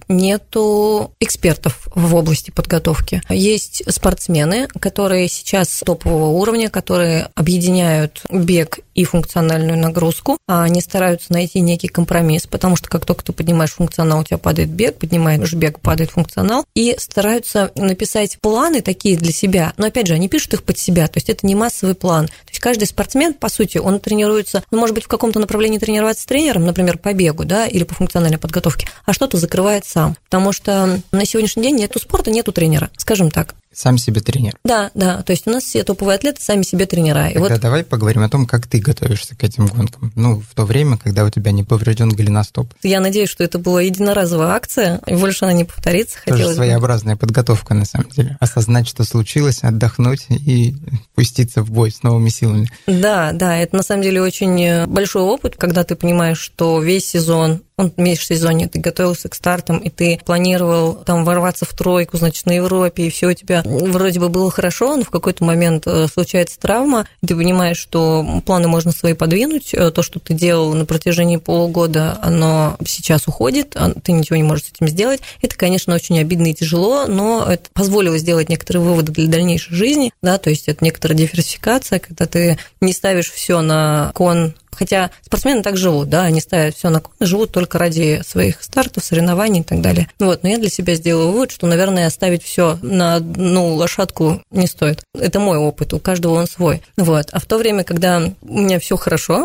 нету экспертов в области подготовки. Есть спортсмены, которые сейчас топового уровня, которые объединяют бег и функциональную нагрузку, а они стараются найти некий компромисс, потому что как только ты поднимаешь функционал, у тебя падает бег, поднимаешь бег, падает функционал, и стараются написать планы такие для себя, но опять же, они пишут их под себя, то есть это не массовый план. То есть каждый спортсмен, по сути, он тренируется, может быть, в каком-то направлении тренироваться с тренером, например, по бегу, да, или по функциональной подготовке, а что-то закрывает сам. Потому что на сегодняшний день нету спорта, нету тренера, скажем так. Сам себе тренер. Да, то есть у нас все топовые атлеты сами себе тренера. Тогда давай поговорим о том, как ты готовишься к этим гонкам. В то время, когда у тебя не поврежден голеностоп. Я надеюсь, что это была единоразовая акция, и больше она не повторится. Тоже своеобразная подготовка, на самом деле. Осознать, что случилось, отдохнуть и пуститься в бой с новыми силами. Да, это на самом деле очень большой опыт, когда ты понимаешь, что весь сезон, в межсезонье ты готовился к стартам, и ты планировал там ворваться в тройку, значит, на Европе, и все у тебя вроде бы было хорошо, но в какой-то момент случается травма, и ты понимаешь, что планы можно свои подвинуть, то, что ты делал на протяжении полугода, оно сейчас уходит, ты ничего не можешь с этим сделать. Это, конечно, очень обидно и тяжело, но это позволило сделать некоторые выводы для дальнейшей жизни, да, то есть это некоторая диверсификация, когда ты не ставишь все на кон. Хотя спортсмены так живут, да, они ставят все на кон и живут только ради своих стартов, соревнований и так далее. Но я для себя сделала вывод, что, наверное, оставить все на одну лошадку не стоит. Это мой опыт, у каждого он свой. А в то время, когда у меня все хорошо, в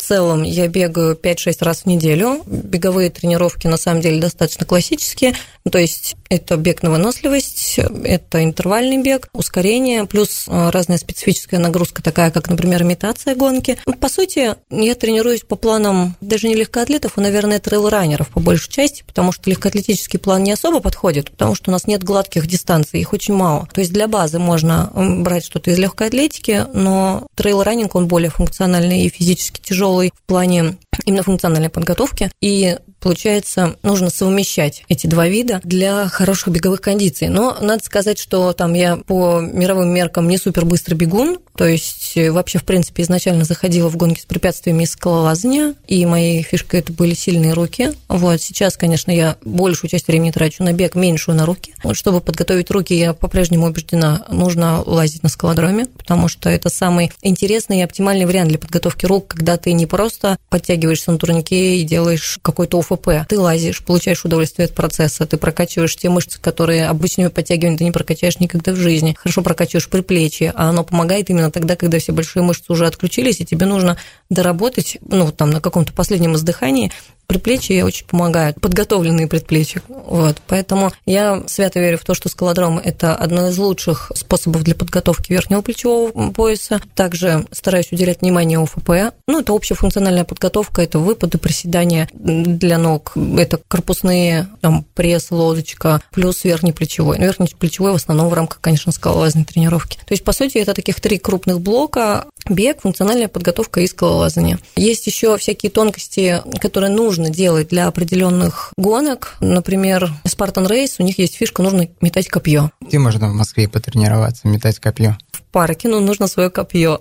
целом я бегаю 5-6 раз в неделю. Беговые тренировки на самом деле достаточно классические, то есть это бег на выносливость, это интервальный бег, ускорение, плюс разная специфическая нагрузка, такая как, например, имитация гонки. По сути, я тренируюсь по планам даже не легкоатлетов, а, наверное, трейл-раннеров по большей части, потому что легкоатлетический план не особо подходит, потому что у нас нет гладких дистанций, их очень мало. То есть для базы можно брать что-то из легкой атлетики, но трейл-раннинг, он более функциональный и физически тяжелый в плане именно функциональной подготовки, и получается, нужно совмещать эти два вида для хороших беговых кондиций. Но надо сказать, что там я по мировым меркам не супер быстрый бегун, то есть вообще, в принципе, изначально заходила в гонки с препятствиями из скалолазания, и моей фишкой это были сильные руки. Вот сейчас, конечно, я большую часть времени трачу на бег, меньшую на руки. Вот, чтобы подготовить руки, я по-прежнему убеждена, нужно лазить на скалодроме, потому что это самый интересный и оптимальный вариант для подготовки рук, когда ты не просто подтягиваешься на турнике и делаешь какой-то ОФП, ты лазишь, получаешь удовольствие от процесса, ты прокачиваешь те мышцы, которые обычными подтягиваниями ты не прокачаешь никогда в жизни, хорошо прокачиваешь предплечье, а оно помогает именно тогда, когда все большие мышцы уже отключились, и тебе нужно доработать, там на каком-то последнем издыхании. Предплечья очень помогают, подготовленные предплечья. Вот. Поэтому я свято верю в то, что скалодром – это одно из лучших способов для подготовки верхнего плечевого пояса. Также стараюсь уделять внимание ОФП. Это общая функциональная подготовка, это выпады, приседания для ног, это корпусные, пресс, лодочка, плюс верхний плечевой. Верхний плечевой в основном в рамках, конечно, скалолазной тренировки. То есть, по сути, это таких 3 крупных блока: бег, функциональная подготовка и скалолазание. Есть еще всякие тонкости, которые нужно делать для определенных гонок. Например, Spartan Race, у них есть фишка, нужно метать копье. Где можно в Москве потренироваться, метать копье? В парке, нужно свое копье.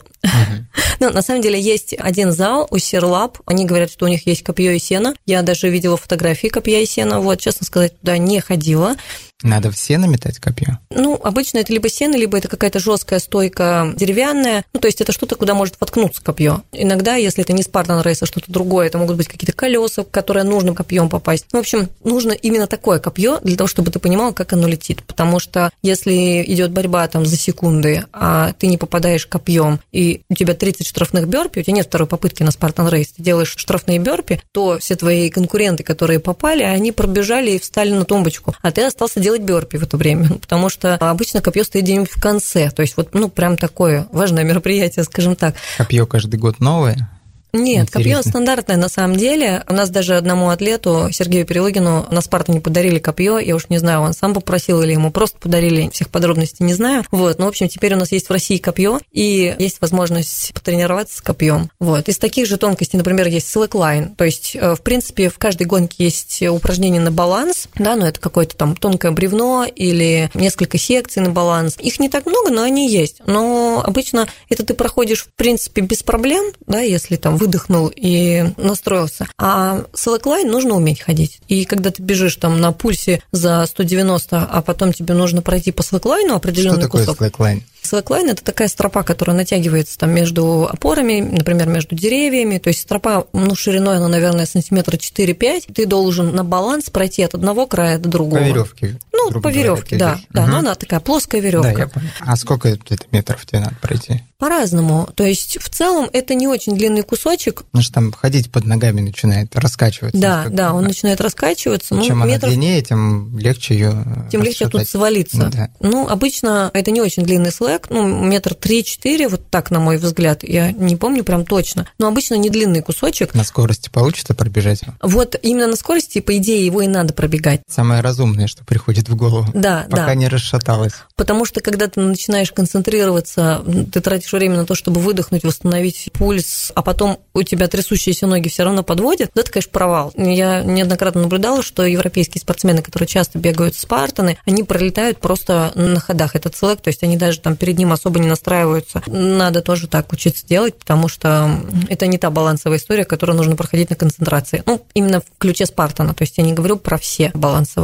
На самом деле есть один зал у Серлаб, они говорят, что у них есть копье и сено. Я даже видела фотографии копья и сена, честно сказать, туда не ходила. Надо в сено метать копье? Обычно это либо сено, либо это какая-то жесткая стойка деревянная. То есть это что-то, куда может воткнуться копье. Иногда, если это не Spartan Race, а что-то другое, это могут быть какие-то колеса, в которые нужно копьем попасть. В общем, нужно именно такое копье для того, чтобы ты понимал, как оно летит. Потому что если идет борьба за секунды, а ты не попадаешь копьем, и у тебя 30 штрафных бёрпи, у тебя нет второй попытки на Spartan Race, ты делаешь штрафные бёрпи, то все твои конкуренты, которые попали, они пробежали и встали на тумбочку, а ты остался делать бёрпи в это время, потому что обычно копье стоит где-нибудь в конце, то есть прям такое важное мероприятие, скажем так. Копье каждый год новое? Нет, копье стандартное на самом деле. У нас даже одному атлету, Сергею Перелыгину, на Спартане подарили копье. Я уж не знаю, он сам попросил или ему просто подарили, всех подробностей не знаю. В общем, теперь у нас есть в России копье, и есть возможность потренироваться с копьем. Из таких же тонкостей, например, есть slackline. То есть, в принципе, в каждой гонке есть упражнения на баланс, это какое-то тонкое бревно или несколько секций на баланс. Их не так много, но они есть. Но обычно это ты проходишь, в принципе, без проблем, если выдохнул и настроился. А slackline нужно уметь ходить. И когда ты бежишь на пульсе за 190, а потом тебе нужно пройти по slackline определенный кусок. Что такое slackline? Slackline – это такая стропа, которая натягивается между опорами, например, между деревьями. То есть стропа, шириной она, наверное, сантиметра 4-5. Ты должен на баланс пройти от одного края до другого. По веревке. По веревке, да. Но она такая плоская веревка. Да, я понял. А сколько это метров тебе надо пройти? По-разному. То есть, в целом, это не очень длинный кусочек. Там ходить под ногами начинает раскачиваться. Да, он начинает раскачиваться. Чем она длиннее, тем легче ее. Тем легче тут свалиться. Да. Обычно это не очень длинный слэк, метр 3-4, так, на мой взгляд, я не помню прям точно, но обычно не длинный кусочек. На скорости получится пробежать? Именно на скорости, по идее, его и надо пробегать. Самое разумное, что приходит в голову. Да, пока не расшаталось. Потому что, когда ты начинаешь концентрироваться, ты тратишь время на то, чтобы выдохнуть, восстановить пульс, а потом у тебя трясущиеся ноги все равно подводят, это, конечно, провал. Я неоднократно наблюдала, что европейские спортсмены, которые часто бегают в Спартаны, они пролетают просто на ходах этот слэк, то есть они даже перед ним особо не настраиваются. Надо тоже так учиться делать, потому что это не та балансовая история, которую нужно проходить на концентрации. Именно в ключе Спартана, то есть я не говорю про все балансовые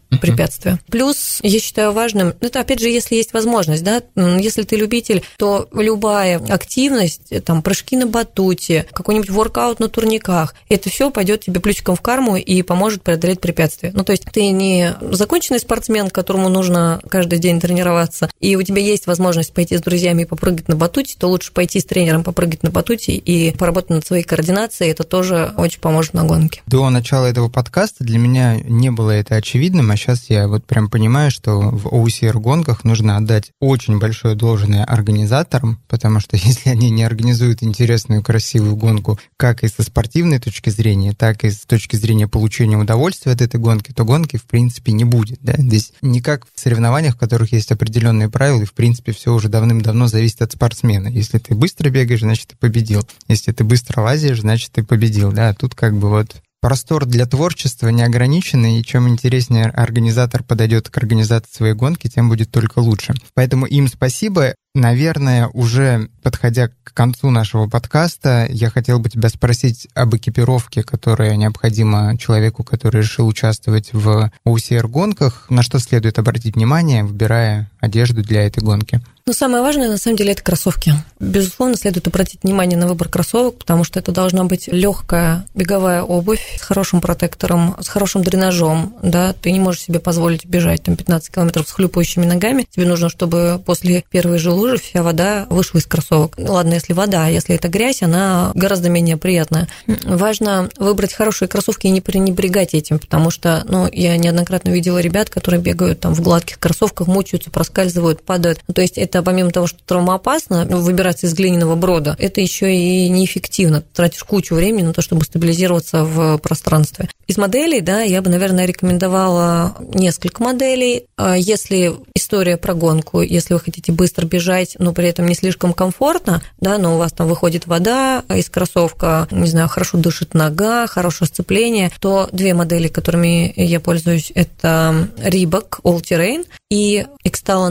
препятствия. Плюс, я считаю важным, это, опять же, если есть возможность, да, если ты любитель, то любая активность, там, прыжки на батуте, какой-нибудь воркаут на турниках, это все пойдет тебе плюсиком в карму и поможет преодолеть препятствия. Ну, то есть ты не законченный спортсмен, которому нужно каждый день тренироваться, и у тебя есть возможность пойти с друзьями и попрыгать на батуте, то лучше пойти с тренером попрыгать на батуте и поработать над своей координацией, это тоже очень поможет на гонке. До начала этого подкаста для меня не было это очевидным, а сейчас я вот прям понимаю, что в OCR-гонках нужно отдать очень большое должное организаторам, потому что если они не организуют интересную, красивую гонку как и со спортивной точки зрения, так и с точки зрения получения удовольствия от этой гонки, то гонки, в принципе, не будет. Да? Здесь не как в соревнованиях, в которых есть определенные правила, и, в принципе, все уже давным-давно зависит от спортсмена. Если ты быстро бегаешь, значит, ты победил. Если ты быстро лазишь, значит, ты победил. Да? Тут как бы вот простор для творчества неограниченный, и чем интереснее организатор подойдет к организации своей гонки, тем будет только лучше. Поэтому им спасибо. Наверное, уже подходя к концу нашего подкаста, я хотел бы тебя спросить об экипировке, которая необходима человеку, который решил участвовать в OCR-гонках. На что следует обратить внимание, выбирая одежду для этой гонки? Ну, самое важное, на самом деле, это кроссовки. Безусловно, следует обратить внимание на выбор кроссовок, потому что это должна быть легкая беговая обувь с хорошим протектором, с хорошим дренажом. Да? Ты не можешь себе позволить бежать там 15 километров с хлюпающими ногами. Тебе нужно, чтобы после первой же лужи вся вода вышла из кроссовок. Ладно, если вода, а если это грязь, она гораздо менее приятная. Важно выбрать хорошие кроссовки и не пренебрегать этим, потому что, я неоднократно видела ребят, которые бегают там в гладких кроссовках, мучаются, проскальзывают, падают. То есть это помимо того, что травмоопасно выбираться из глиняного брода, это еще и неэффективно. Ты тратишь кучу времени на то, чтобы стабилизироваться в пространстве. Из моделей, да, я бы, наверное, рекомендовала несколько моделей. Если история про гонку, если вы хотите быстро бежать, но при этом не слишком комфортно, да, но у вас там выходит вода из кроссовка, не знаю, хорошо дышит нога, хорошее сцепление, то две модели, которыми я пользуюсь, это Reebok All Terrain и Extalon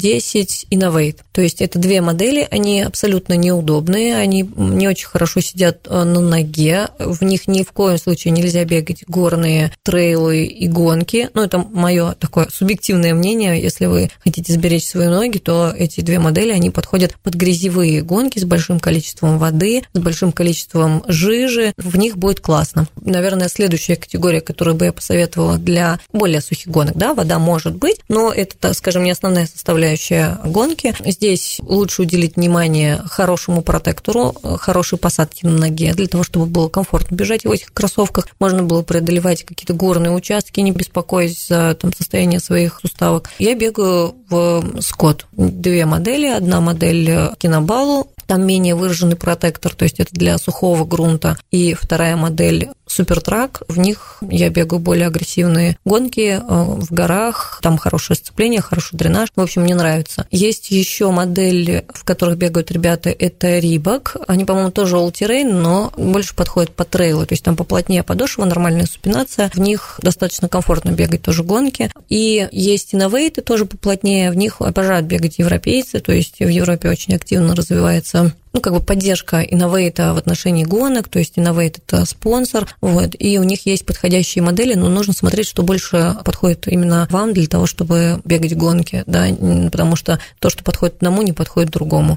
210 Innovate. То есть это две модели, они абсолютно неудобные, они не очень хорошо сидят на ноге, в них ни в коем случае нельзя бегать горные трейлы и гонки. Это мое такое субъективное мнение. Если вы хотите сберечь свои ноги, то эти две модели, они подходят под грязевые гонки с большим количеством воды, с большим количеством жижи. В них будет классно. Наверное, следующая категория, которую бы я посоветовала для более сухих гонок, да, вода может быть, но это, так скажем, не основная составляющая гонки. Здесь лучше уделить внимание хорошему протектору, хорошей посадке на ноге, для того, чтобы было комфортно бежать в этих кроссовках. Можно было преодолевать какие-то горные участки, не беспокоясь за состояние своих суставок. Я бегаю в Scott. Две модели. Одна модель Kinabalu, там менее выраженный протектор, то есть это для сухого грунта. И вторая модель Supertrack, в них я бегаю более агрессивные гонки в горах, там хорошее сцепление, хороший дренаж. В общем, мне нравится. Есть еще модель, в которых бегают ребята, это Reebok. Они, по-моему, тоже all terrain, но больше подходят по трейлу, то есть там поплотнее подошва, нормальная супинация. В них достаточно комфортно бегать тоже гонки. И есть Innovate, тоже поплотнее, в них обожают бегать европейцы, то есть в Европе очень активно развивается поддержка Innovate в отношении гонок, то есть Innovate – это спонсор, и у них есть подходящие модели, но нужно смотреть, что больше подходит именно вам для того, чтобы бегать гонки, да, потому что то, что подходит одному, не подходит другому.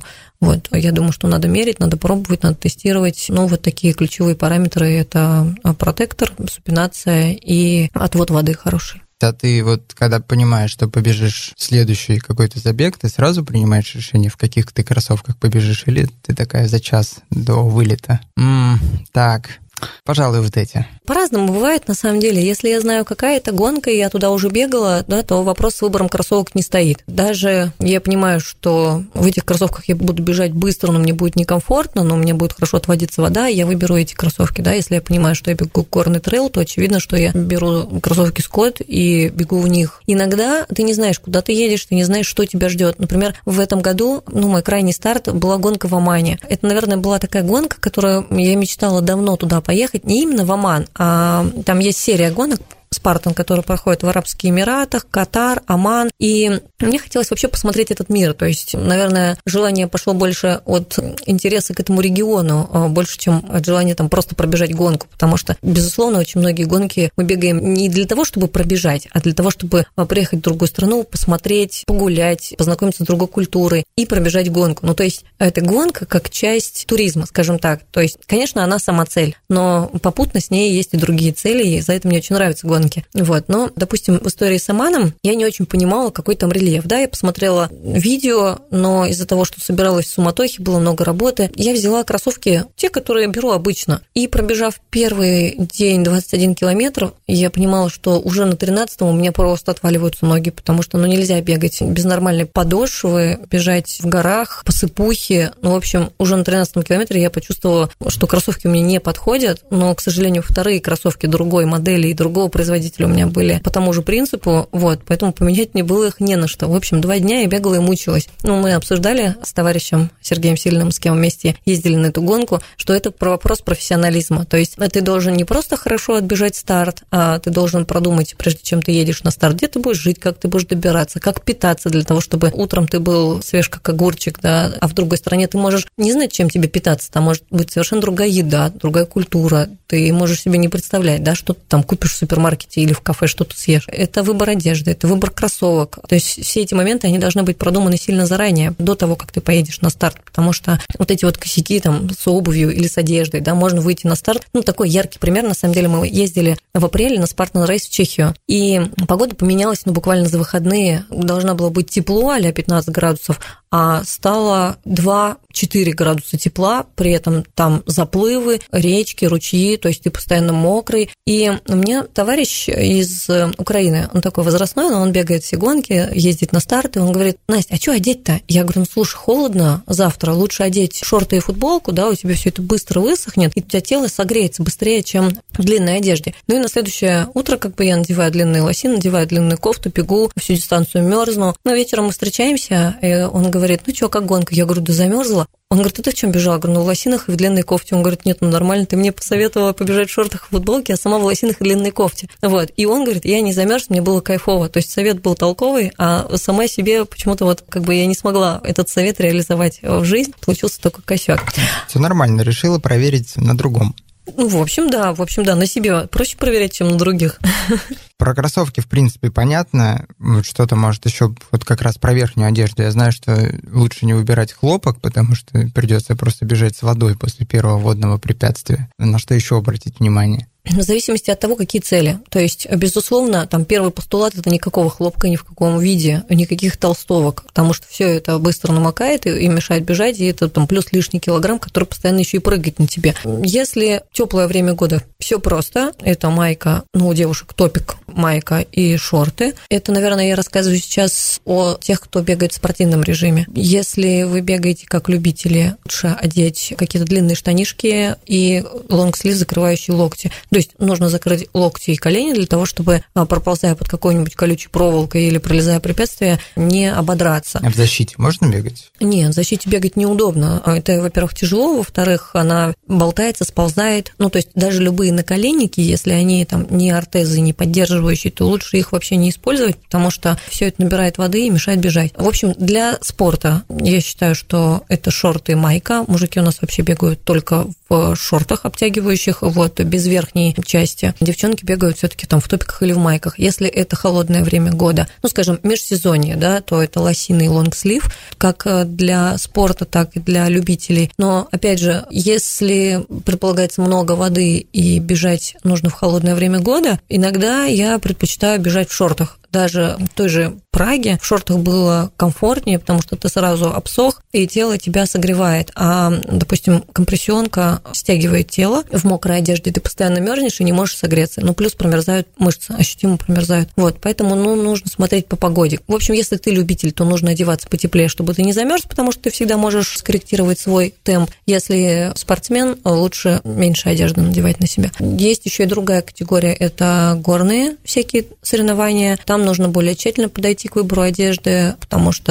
Я думаю, что надо мерить, надо пробовать, надо тестировать. Такие ключевые параметры – это протектор, супинация и отвод воды хороший. А ты когда понимаешь, что побежишь следующий какой-то забег, ты сразу принимаешь решение, в каких ты кроссовках побежишь, или ты такая за час до вылета? Так, пожалуй, эти. По-разному бывает, на самом деле. Если я знаю, какая это гонка, и я туда уже бегала, да, то вопрос с выбором кроссовок не стоит. Даже я понимаю, что в этих кроссовках я буду бежать быстро, но мне будет некомфортно, но мне будет хорошо отводиться вода, и я выберу эти кроссовки. Да. Если я понимаю, что я бегу горный трейл, то очевидно, что я беру кроссовки Scott и бегу в них. Иногда ты не знаешь, куда ты едешь, ты не знаешь, что тебя ждет. Например, в этом году, мой крайний старт была гонка в Омане. Это, наверное, была такая гонка, которую я мечтала давно туда поехать, не именно в Оман, а там есть серия гонок Спартан, который проходит в Арабских Эмиратах, Катар, Оман, и мне хотелось вообще посмотреть этот мир, то есть, наверное, желание пошло больше от интереса к этому региону, больше, чем от желания там просто пробежать гонку, потому что, безусловно, очень многие гонки мы бегаем не для того, чтобы пробежать, а для того, чтобы приехать в другую страну, посмотреть, погулять, познакомиться с другой культурой и пробежать гонку. Ну, то есть, это гонка как часть туризма, скажем так. То есть, конечно, она сама цель, но попутно с ней есть и другие цели, и за это мне очень нравятся гонки. Вот. Но, допустим, в истории с Оманом я не очень понимала, какой там рельеф. Да, я посмотрела видео, но из-за того, что собиралась в суматохе, было много работы, я взяла кроссовки, те, которые беру обычно. И пробежав первый день 21 километр, я понимала, что уже на 13-м у меня просто отваливаются ноги, потому что, нельзя бегать без нормальной подошвы, бежать в горах, по сыпухе. В общем, уже на 13-м километре я почувствовала, что кроссовки мне не подходят, но, к сожалению, вторые кроссовки другой модели и другого производителя у меня были по тому же принципу, вот, поэтому поменять мне было их не на что. В общем, 2 дня я бегала и мучилась. Мы обсуждали с товарищем Сергеем Сильным, с кем вместе ездили на эту гонку, что это про вопрос профессионализма. То есть ты должен не просто хорошо отбежать старт, а ты должен продумать, прежде чем ты едешь на старт, где ты будешь жить, как ты будешь добираться, как питаться для того, чтобы утром ты был свеж как огурчик, да, а в другой стране ты можешь не знать, чем тебе питаться, там может быть совершенно другая еда, другая культура, ты можешь себе не представлять, да, что ты там купишь в супермаркете или в кафе, что ты съешь. Это выбор одежды, это выбор кроссовок. То есть все эти моменты, они должны быть продуманы сильно заранее, до того, как ты поедешь на старт, потому что вот эти вот косяки там с обувью или с одеждой, да, можно выйти на старт. Такой яркий пример, на самом деле, мы ездили в апреле на Spartan Race в Чехию, и погода поменялась, буквально за выходные. Должна была быть тепло, а-ля 15 градусов, а стало 2-4 градуса тепла, при этом там заплывы, речки, ручьи, то есть ты постоянно мокрый. И мне товарищ из Украины, он такой возрастной, но он бегает все гонки, ездит на старты, он говорит: Настя, а что одеть-то? Я говорю: слушай, холодно завтра, лучше одеть шорты и футболку, да, у тебя все это быстро высохнет, и у тебя тело согреется быстрее, чем в длинной одежде. И на следующее утро я надеваю длинные лосины, надеваю длинную кофту, бегу, всю дистанцию мерзну. Но вечером мы встречаемся, и он говорит: как гонка? Я говорю: да замерзла. Он говорит: ты в чем бежала? Я говорю: в лосинах и в длинной кофте. Он говорит: нет, нормально, ты мне посоветовала побежать в шортах и футболке, а сама в лосинах и длинной кофте. Вот. И он говорит: я не замерз, мне было кайфово. То есть совет был толковый, а сама себе почему-то я не смогла этот совет реализовать в жизнь. Получился такой косяк. Все нормально, решила проверить на другом. В общем, да, на себе проще проверять, чем на других. Про кроссовки, в принципе, понятно. Что-то, может, еще как раз про верхнюю одежду. Я знаю, что лучше не выбирать хлопок, потому что придется просто бежать с водой после первого водного препятствия. На что еще обратить внимание? В зависимости от того, какие цели. То есть, безусловно, там первый постулат – это никакого хлопка ни в каком виде, никаких толстовок, потому что все это быстро намокает и мешает бежать, и это там плюс лишний килограмм, который постоянно еще и прыгает на тебе. Если теплое время года, все просто. Это майка, у девушек топик, майка и шорты. Это, наверное, я рассказываю сейчас о тех, кто бегает в спортивном режиме. Если вы бегаете как любители, лучше одеть какие-то длинные штанишки и лонгслив, закрывающие локти. То есть нужно закрыть локти и колени для того, чтобы, проползая под какой-нибудь колючей проволокой или пролезая препятствия, не ободраться. А в защите можно бегать? Нет, в защите бегать неудобно. Это, во-первых, тяжело, во-вторых, она болтается, сползает. То есть даже любые наколенники, если они там не ортезы, не поддерживающие, то лучше их вообще не использовать, потому что все это набирает воды и мешает бежать. В общем, для спорта я считаю, что это шорты и майка. Мужики у нас вообще бегают только в шортах обтягивающих, без верхней части. Девчонки бегают все-таки там в топиках или в майках. Если это холодное время года, скажем, межсезонье, да, то это лосины и лонгслив, как для спорта, так и для любителей. Но, опять же, если предполагается много воды и бежать нужно в холодное время года, иногда я предпочитаю бежать в шортах. Даже в той же Праге в шортах было комфортнее, потому что ты сразу обсох, и тело тебя согревает. А, допустим, компрессионка стягивает тело в мокрой одежде, ты постоянно мерзнешь и не можешь согреться. Плюс промерзают мышцы, ощутимо промерзают. Поэтому нужно смотреть по погоде. В общем, если ты любитель, то нужно одеваться потеплее, чтобы ты не замерз, потому что ты всегда можешь скорректировать свой темп. Если спортсмен, лучше меньше одежды надевать на себя. Есть еще и другая категория, это горные всякие соревнования. Там нужно более тщательно подойти к выбору одежды, потому что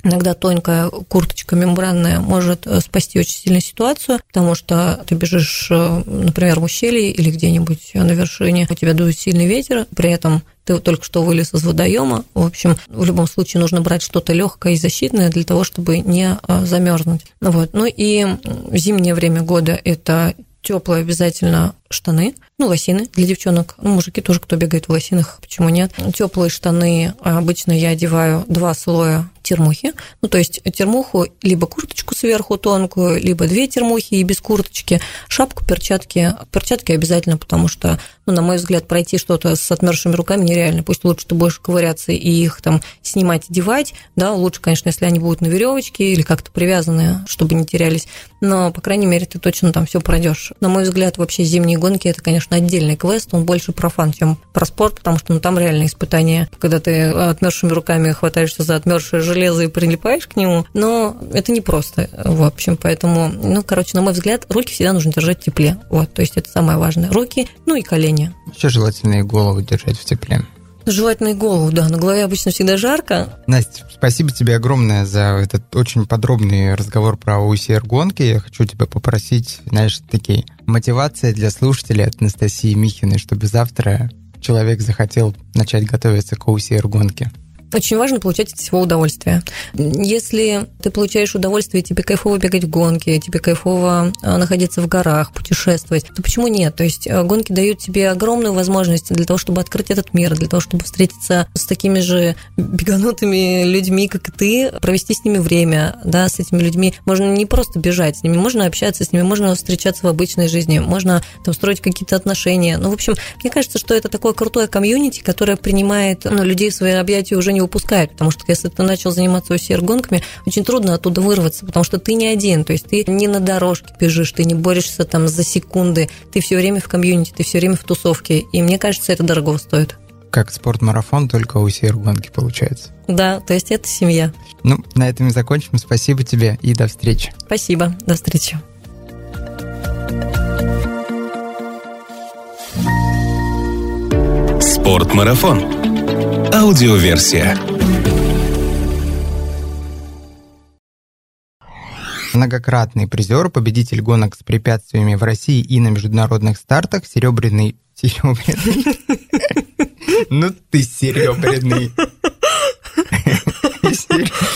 Иногда тонкая курточка мембранная может спасти очень сильно ситуацию, потому что ты бежишь, например, в ущелье или где-нибудь на вершине, у тебя дует сильный ветер, при этом ты только что вылез из водоема. В общем, в любом случае нужно брать что-то легкое и защитное для того, чтобы не замерзнуть. Вот. Ну и в зимнее время года это теплые обязательно штаны, лосины для девчонок, мужики тоже, кто бегает в лосинах, почему нет. Теплые штаны обычно я одеваю 2 слоя термухи, то есть термуху, либо курточку сверху тонкую, либо 2 термухи и без курточки, шапку, перчатки. Перчатки обязательно, потому что, на мой взгляд, пройти что-то с отмерзшими руками нереально. Пусть лучше ты будешь ковыряться и их там снимать, одевать, да, лучше, конечно, если они будут на веревочке или как-то привязаны, чтобы не терялись, но, по крайней мере, ты точно там все пройдешь. На мой взгляд, вообще зимние гонки – это, конечно, отдельный квест, он больше про фан, чем про спорт, потому что там реально испытания, когда ты отмерзшими руками хватаешься за отмерзшее железо и прилипаешь к нему, но это непросто, в общем, поэтому, на мой взгляд, руки всегда нужно держать в тепле, вот, то есть это самое важное, руки, и колени. Еще желательно и голову держать в тепле. Желательно и голову, да, на голове обычно всегда жарко. Настя, спасибо тебе огромное за этот очень подробный разговор про UCR-гонки. Я хочу тебя попросить, такие мотивации для слушателей от Анастасии Михиной, чтобы завтра человек захотел начать готовиться к UCR-гонке. Очень важно получать от всего удовольствие. Если ты получаешь удовольствие, тебе кайфово бегать в гонки, тебе кайфово находиться в горах, путешествовать, то почему нет? То есть гонки дают тебе огромную возможность для того, чтобы открыть этот мир, для того, чтобы встретиться с такими же беганутыми людьми, как и ты, провести с ними время, да, с этими людьми. Можно не просто бежать с ними, можно общаться с ними, можно встречаться в обычной жизни, можно там строить какие-то отношения. В общем, мне кажется, что это такое крутое комьюнити, которое принимает людей в свои объятия уже не выпускает, потому что если ты начал заниматься UCR-гонками, очень трудно оттуда вырваться, потому что ты не один, то есть ты не на дорожке бежишь, ты не борешься там за секунды, ты все время в комьюнити, ты все время в тусовке, и мне кажется, это дорого стоит. Как спорт-марафон, только UCR-гонки получается. Да, то есть это семья. На этом и закончим. Спасибо тебе и до встречи. Спасибо, до встречи. Спорт-марафон. Аудиоверсия. Многократный призер, победитель гонок с препятствиями в России и на международных стартах, серебряный. Ну ты серебряный.